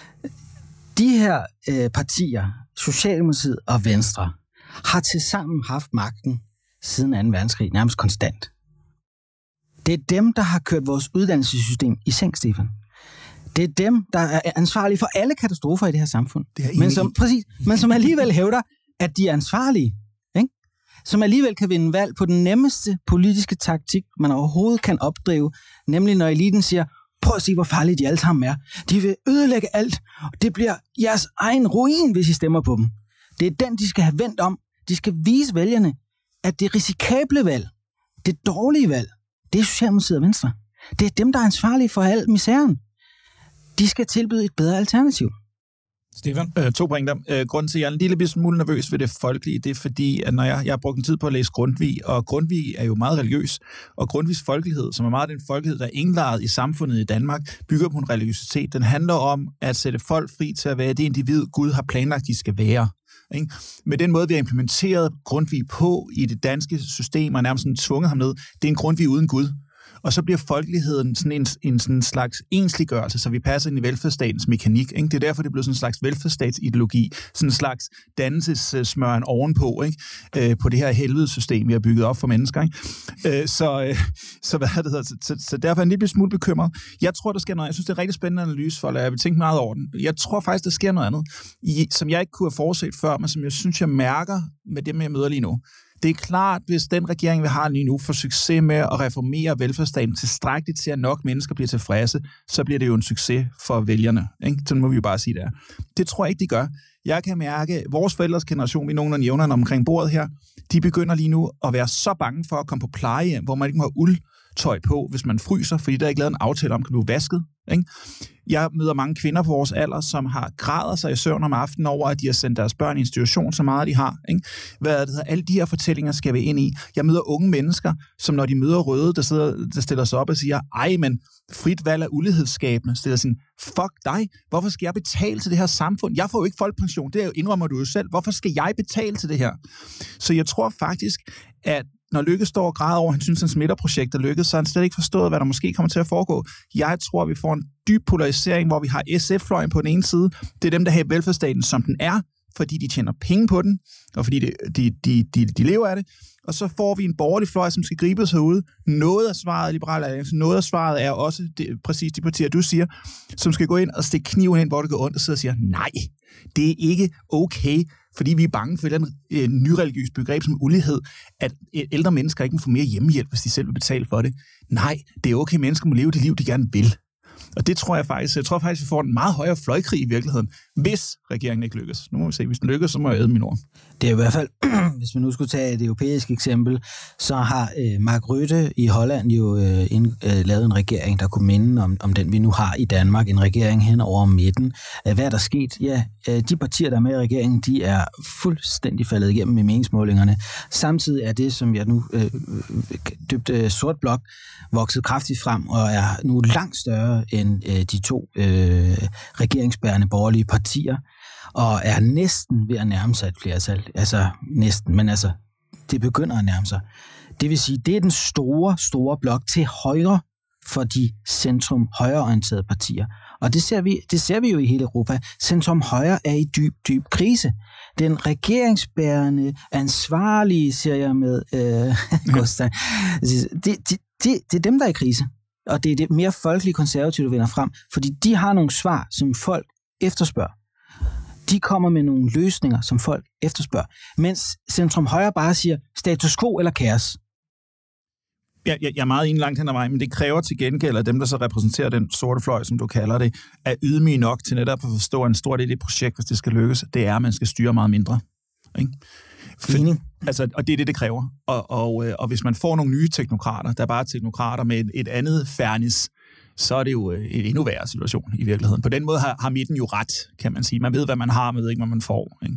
Speaker 3: De her øh, partier, Socialdemokratiet og Venstre, har tilsammen haft magten siden anden verdenskrig, nærmest konstant. Det er dem, der har kørt vores uddannelsessystem i sænk, Stefan. Det er dem, der er ansvarlige for alle katastrofer i det her samfund. Det men, som, præcis, men som alligevel hævder, at de er ansvarlige. Ikke? Som alligevel kan vinde valg på den nemmeste politiske taktik, man overhovedet kan opdrive, nemlig når eliten siger, prøv at se, hvor farlige de alle sammen er. De vil ødelægge alt. Det bliver jeres egen ruin, hvis I stemmer på dem. Det er den, de skal have vendt om. De skal vise vælgerne, at det risikable valg, det dårlige valg, det er Socialdemokratiet og Venstre. Det er dem, der er ansvarlige for al misæren. De skal tilbyde et bedre alternativ.
Speaker 5: Stefan? Øh, to pointer. Øh, grunden til, at jeg er en lille smule nervøs ved det folkelige, det er fordi, at når jeg, jeg har brugt en tid på at læse Grundtvig, og Grundtvig er jo meget religiøs, og Grundtvigs folkelighed, som er meget den folkelighed, der er indlejret i samfundet i Danmark, bygger på en religiøsitet. Den handler om at sætte folk fri til at være det individ, Gud har planlagt, de skal være. Ikke? Med den måde, vi har implementeret Grundtvig på i det danske system, og nærmest sådan tvunget ham ned, det er en Grundtvig uden Gud. Og så bliver folkeligheden sådan en, en sådan slags ensliggørelse, så vi passer ind i velfærdsstatens mekanik. Ikke? Det er derfor, det bliver sådan en slags velfærdsstatsideologi, sådan en slags dannelsessmøren ovenpå, ikke? Øh, på det her helvedessystem, vi har bygget op for mennesker. Ikke? Øh, så, øh, så, hvad det hedder, så, så, så derfor er jeg en lille smule bekymret. Jeg tror, der sker noget. Jeg synes, det er en rigtig spændende analyse, for jeg vil tænke meget over den. Jeg tror faktisk, der sker noget andet, i, som jeg ikke kunne have forudset før, men som jeg synes, jeg mærker med dem, jeg møder lige nu. Det er klart, hvis den regering, vi har lige nu, får succes med at reformere velfærdsstaten tilstrækkeligt til, at nok mennesker bliver tilfredse, så bliver det jo en succes for vælgerne. Ikke? Så må vi jo bare sige det. Det tror jeg ikke, de gør. Jeg kan mærke, at vores forældres generation, vi er nogenlunde jævnerne omkring bordet her, de begynder lige nu at være så bange for at komme på plejehjem, hvor man ikke må have uldtøj på, hvis man fryser, fordi der er ikke lavet en aftale om, kan blive vasket. Ikke? Jeg møder mange kvinder på vores alder, som har græder sig i søvn om aftenen over, at de har sendt deres børn i institution, så meget de har. Ikke? Hvad er det hedder? Alle de her fortællinger skal vi ind i. Jeg møder unge mennesker, som når de møder røde, der, sidder, der stiller sig op og siger, ej, men frit valg er ulighedsskabende. Stiller sådan, fuck dig, hvorfor skal jeg betale til det her samfund? Jeg får jo ikke folkepension, det indrømmer du jo selv. Hvorfor skal jeg betale til det her? Så jeg tror faktisk, at når Løkke står og græder over, at han synes, at hans midterprojekt er lykkedes, så har han slet ikke forstået, hvad der måske kommer til at foregå. Jeg tror, vi får en dyb polarisering, hvor vi har S F-fløjen på den ene side. Det er dem, der har velfærdsstaten, som den er, fordi de tjener penge på den, og fordi de, de, de, de, de lever af det. Og så får vi en borgerlig fløj, som skal gribes herude. Noget af svaret er Liberal Alliance, noget af svaret er også det, præcis de partier, du siger, som skal gå ind og stikke kniven ind, hvor det går ondt, og sidde og siger, nej, det er ikke okay, fordi vi er bange for et eller andet øh, nyreligiøst begreb som ulighed, at ældre mennesker ikke må få mere hjemmehjælp, hvis de selv vil betale for det. Nej, det er okay, mennesker må leve det liv, de gerne vil. Og det tror jeg faktisk, jeg tror faktisk, vi får en meget højere fløjkrig i virkeligheden, hvis regeringen ikke lykkes. Nu må vi se, hvis den lykkes, så må jeg æde mine ord.
Speaker 3: Det er i hvert fald, hvis man nu skulle tage et europæisk eksempel, så har øh, Mark Rutte i Holland jo øh, ind, øh, lavet en regering, der kunne minde om, om den, vi nu har i Danmark, en regering hen over midten. Hvad er der sket? Ja, øh, de partier, der er med i regeringen, de er fuldstændig faldet igennem i meningsmålingerne. Samtidig er det, som jeg nu øh, døbte øh, sort blok, vokset kraftigt frem og er nu langt større end øh, de to øh, regeringsbærende borgerlige partier, og er næsten ved at nærme sig et flertal. Altså næsten, men altså, det begynder at nærme sig. Det vil sige, det er den store, store blok til højre for de centrum-højreorienterede partier. Og det ser vi, det ser vi jo i hele Europa. Centrum-højre er i dyb, dyb krise. Den regeringsbærende, ansvarlige, siger jeg med øh, Gustav, det, det, det, det er dem, der er i krise. Og det er det mere folkelige konservative, der vinder frem, fordi de har nogle svar, som folk efterspørger. De kommer med nogle løsninger, som folk efterspørger. Mens centrum højre bare siger status quo eller kaos.
Speaker 5: Jeg, jeg, jeg er meget enig langt hen ad vejen, men det kræver til gengæld, at dem, der så repræsenterer den sorte fløj, som du kalder det, er ydmyge nok til netop at forstå, at en stor del af det projekt, hvis det skal lykkes, det er, at man skal styre meget mindre. Ikke? For, altså, og det er det, det kræver. Og, og, og hvis man får nogle nye teknokrater, der er bare teknokrater med et, et andet fairness, så er det jo en endnu værre situation i virkeligheden. På den måde har, har midten jo ret, kan man sige. Man ved, hvad man har, man ved ikke, hvad man får. Ikke?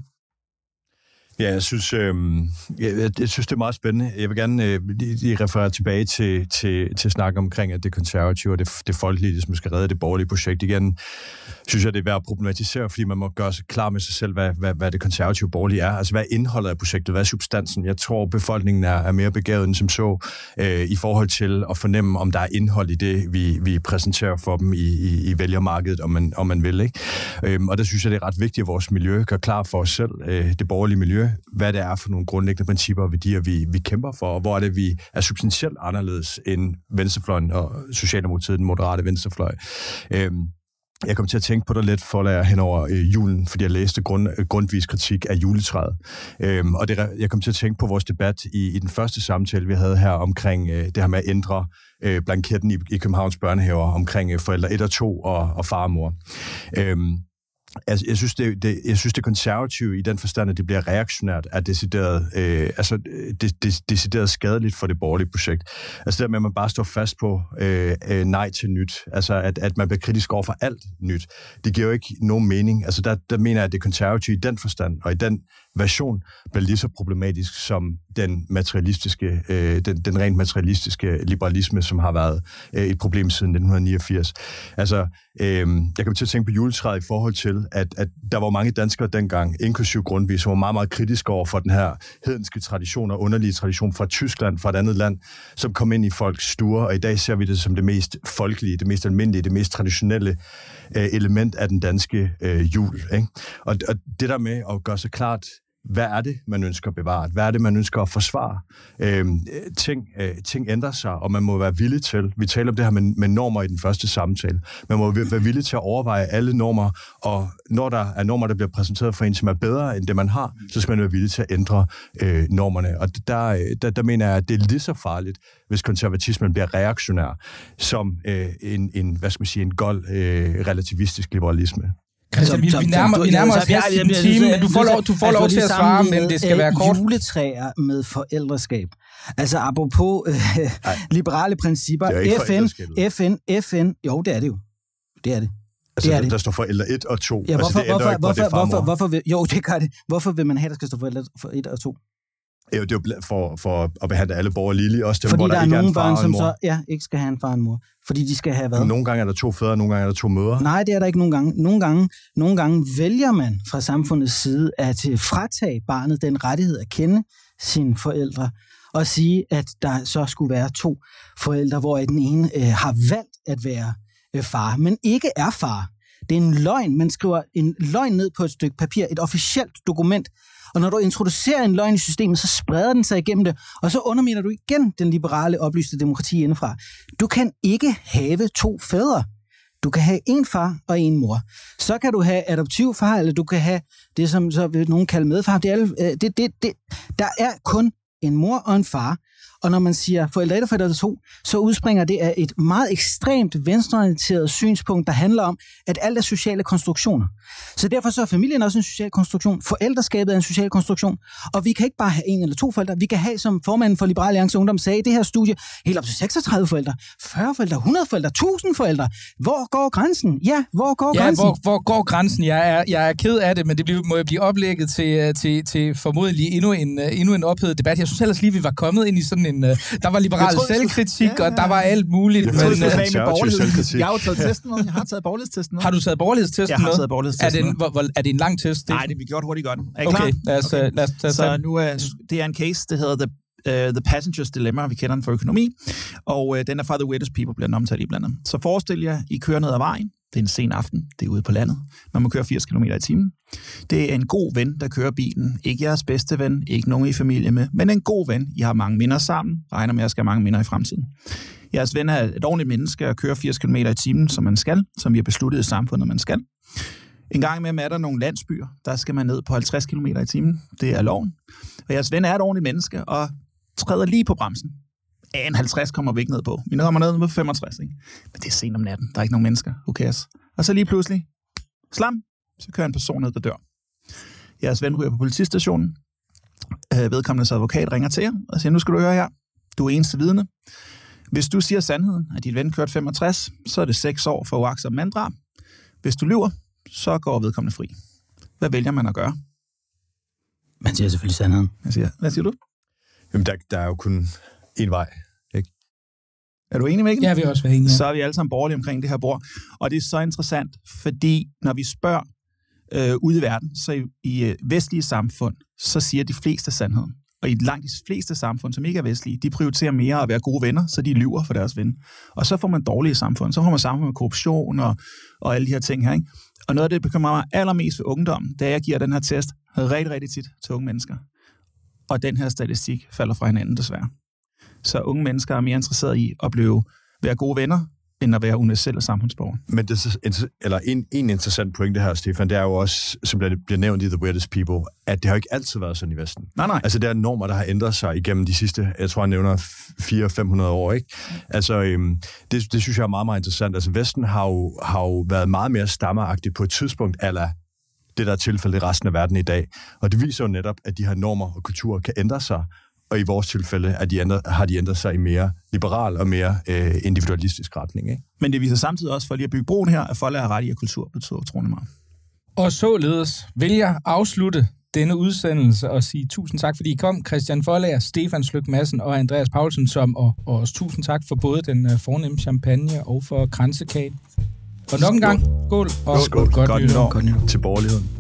Speaker 4: Ja, jeg synes, øh, jeg, jeg synes, det er meget spændende. Jeg vil gerne øh, lige referere tilbage til, til, til snak omkring, at det konservative og det, det folkelige, som skal redde det borgerlige projekt igen, synes jeg, det er værd at problematisere, fordi man må gøre sig klar med sig selv, hvad, hvad, hvad det konservative borgerlige er. Altså, hvad er indholdet af projektet? Hvad er substansen? Jeg tror, befolkningen er, er mere begavet end som så, øh, i forhold til at fornemme, om der er indhold i det, vi, vi præsenterer for dem i, i, i vælgermarkedet, om man, om man vil. Ikke? Øhm, og der synes jeg, det er ret vigtigt, at vores miljø gør klar for os selv, øh, det borgerlige miljø, hvad det er for nogle grundlæggende principper og værdier, vi, vi kæmper for, og hvor er det, vi er substantielt anderledes end venstrefløjen og Socialdemokratiet, den moderate venstrefløj. Øhm, Jeg kom til at tænke på det lidt for at hen over øh, julen, fordi jeg læste grund, grundvis kritik af juletræet. Øhm, og det, jeg kom til at tænke på vores debat i, i den første samtale, vi havde her omkring øh, det her med at ændre øh, blanketten i, i Københavns børnehaver omkring øh, forældre et og to og, og far og mor. Øhm, Altså, jeg synes, det, det, jeg synes, det konservative i den forstand, at det bliver reaktionært, er decideret, øh, altså, det, det, decideret skadeligt for det borgerlige projekt. Altså der med, at man bare står fast på øh, øh, nej til nyt. Altså, at, at man bliver kritisk over for alt nyt. Det giver jo ikke nogen mening. Altså, der, der mener jeg, at det konservative i den forstand, og i den version, bliver lige så problematisk som den materialistiske, øh, den, den rent materialistiske liberalisme, som har været øh, et problem siden nitten niogfirs. Altså, øh, jeg kan til at tænke på juletræet i forhold til, at, at der var mange danskere dengang, inklusive Grundtvig, som var meget, meget kritiske over for den her hedenske tradition og underlige tradition fra Tyskland, fra et andet land, som kom ind i folks stuer, og i dag ser vi det som det mest folkelige, det mest almindelige, det mest traditionelle øh, element af den danske øh, jul. Ikke? Og, og det der med at gøre sig klart, hvad er det, man ønsker at bevare? Hvad er det, man ønsker at forsvare? Øhm, ting, øh, ting ændrer sig, og man må være villig til, vi taler om det her med, med normer i den første samtale, man må være villig til at overveje alle normer, og når der er normer, der bliver præsenteret for en, som er bedre end det, man har, så skal man være villig til at ændre øh, normerne. Og der, der, der mener jeg, at det er lige så farligt, hvis konservatismen bliver reaktionær, som øh, en, en, hvad skal man sige, en gold øh, relativistisk liberalisme.
Speaker 2: Christian, vi, vi nærmer, vi nærmer os her i en time, men du får lov, du får lov til at svare, men det skal være kort.
Speaker 3: Juletræer med forældreskab. Altså apropos øh, liberale principper. F N, F N, F N, jo det er det jo. Det er det.
Speaker 4: Altså,
Speaker 3: det er
Speaker 4: der,
Speaker 3: det.
Speaker 4: der står forældre et og to.
Speaker 3: Ja, hvorfor,
Speaker 4: altså, det
Speaker 3: hvorfor,
Speaker 4: ikke,
Speaker 3: hvorfor,
Speaker 4: det
Speaker 3: hvorfor, hvorfor vil, jo, det gør det. Hvorfor vil man have, der skal stå forældre for et og to?
Speaker 4: Jo, det er jo for, for at behandle alle borgere lige, også dem,
Speaker 3: fordi
Speaker 4: hvor der,
Speaker 3: der er
Speaker 4: ikke
Speaker 3: nogle
Speaker 4: er en far
Speaker 3: børn,
Speaker 4: og en
Speaker 3: som
Speaker 4: mor.
Speaker 3: så ja, ikke skal have en far og en mor. Fordi de skal have hvad?
Speaker 4: Nogle gange er der to fædre, nogle gange er der to mødre.
Speaker 3: Nej, det er der ikke nogle gange. Nogle gange, nogle gange vælger man fra samfundets side at fratage barnet den rettighed at kende sine forældre, og sige, at der så skulle være to forældre, hvor den ene øh, har valgt at være øh, far, men ikke er far. Det er en løgn. Man skriver en løgn ned på et stykke papir, et officielt dokument, og når du introducerer en løgn i systemet, så spreder den sig igennem det, og så underminer du igen den liberale, oplyste demokrati indefra. Du kan ikke have to fædre. Du kan have en far og en mor. Så kan du have adoptivfar, eller du kan have det, som så vil nogen kalde medfar. Det er, det, det, det, der er kun en mor og en far. Og når man siger forældre et og forældre to, så udspringer det af et meget ekstremt venstreorienteret synspunkt, der handler om, at alt er sociale konstruktioner. Så derfor så er familien også en social konstruktion. Forældreskabet er en social konstruktion. Og vi kan ikke bare have en eller to forældre. Vi kan have, som formanden for Liberal Alliance Ungdom sagde i det her studie, helt op til seksogtredive forældre, fyrre forældre, hundrede forældre, tusind forældre. Hvor går grænsen? Ja, hvor går
Speaker 2: ja,
Speaker 3: grænsen?
Speaker 2: Hvor, hvor går grænsen? Jeg er, jeg er ked af det, men det bliver, må jo blive oplægget til, til, til formodentlig endnu en, endnu en ophedet debat. Jeg synes ellers lige, vi var kommet ind i sådan en... Der var liberal troede, selvkritik, ja, ja. Og der var alt muligt.
Speaker 5: Jeg,
Speaker 2: men,
Speaker 5: troede,
Speaker 2: uh,
Speaker 5: jeg, med jeg har jo taget testen med. Jeg har taget borgerlighedstesten med.
Speaker 2: Har du taget borgerlighedstesten med?
Speaker 5: Jeg har taget borgerlighedstesten med.
Speaker 2: Er det en, er det en lang test?
Speaker 5: Nej, det er vi gjort hurtigt godt. Er I
Speaker 2: okay,
Speaker 5: klar?
Speaker 2: lad os, okay. lad os tage
Speaker 5: Så nu er det er en case, det hedder The, uh, the Passenger's Dilemma. Vi kender den for økonomi. Og uh, den er fra The Weirdest People, bliver den omtalt i blandt andet. Så forestil jer, I kører ned ad vejen. Det er en sen aften. Det er ude på landet. Man må køre firs kilometer i timen. Det er en god ven, der kører bilen. Ikke jeres bedste ven, ikke nogen i familie med, men en god ven. I har mange minder sammen. Regner med, at jeg skal have mange minder i fremtiden. Jeres ven er et ordentligt menneske og kører firs kilometer i timen, som man skal, som vi har besluttet i samfundet, man skal. En gang imellem er der nogle landsbyer, der skal man ned på halvtreds kilometer i timen. Det er loven. Og jeres ven er et ordentligt menneske og træder lige på bremsen. En halvtreds kommer vi ikke ned på. Vi kommer ned på femogtres, ikke? Men det er sent om natten. Der er ikke nogen mennesker. Who cares? Og så lige pludselig, slam, så kører en person ned, der dør. Jeres ven ryger på politistationen. Øh, vedkommendes advokat ringer til jer og siger, nu skal du høre her. Du er eneste vidne. Hvis du siger sandheden, at dit ven kørte femogtres, så er det seks år for uagtsomt manddrab. Hvis du lyver, så går vedkommende fri. Hvad vælger man at gøre?
Speaker 3: Man siger selvfølgelig sandheden.
Speaker 5: Jeg siger, hvad siger du?
Speaker 4: Jamen, der, der er jo kun én vej, ikke?
Speaker 5: Er du enig med det?
Speaker 2: Ja, vi er også været enige.
Speaker 5: Så er vi alle sammen borgerlige omkring det her bord. Og det er så interessant, fordi når vi spørger øh, ude i verden, så i, i øh, vestlige samfund, så siger de fleste sandheden. Og i langt de fleste samfund, som ikke er vestlige, de prioriterer mere at være gode venner, så de lyver for deres ven. Og så får man dårlige samfund. Så får man samfund med korruption og, og alle de her ting her, ikke? Og noget af det bekymrer mig allermest ved ungdommen, da jeg giver den her test rigtig, rigtig tit til unge mennesker. Og den her statistik falder fra hinanden desværre. Så unge mennesker er mere interesserede i at blive, være gode venner, end at være universelle samfundsborgere.
Speaker 4: Men det er, eller en, en interessant pointe her, Stefan, det er jo også, som det bliver nævnt i The Weirdest People, at det har jo ikke altid været sådan i Vesten.
Speaker 5: Nej, nej.
Speaker 4: Altså, der er normer, der har ændret sig igennem de sidste, jeg tror, han nævner fire til fem hundrede år, ikke? Altså, øhm, det, det synes jeg er meget, meget interessant. Altså, Vesten har jo, har jo været meget mere stammeagtigt på et tidspunkt, eller det, der er tilfældet i resten af verden i dag. Og det viser jo netop, at de her normer og kulturer kan ændre sig, og i vores tilfælde at de ændret, har de ændret sig i mere liberal og mere øh, individualistisk retning. Ikke?
Speaker 5: Men det viser samtidig også, for lige at bygge broen her, at folk er ret i, at kultur betyder utrolig meget.
Speaker 2: Og således vil jeg afslutte denne udsendelse og sige tusind tak, fordi I kom. Christian Forlager, Stefan Sløk Madsen og Andreas Paulsen, som, og, og også tusind tak for både den uh, fornemme champagne og for kransekagen. Og nok en gang, skål og
Speaker 4: skål.
Speaker 2: godt,
Speaker 4: godt
Speaker 2: nytår.
Speaker 4: Godt nytår til borgerligheden.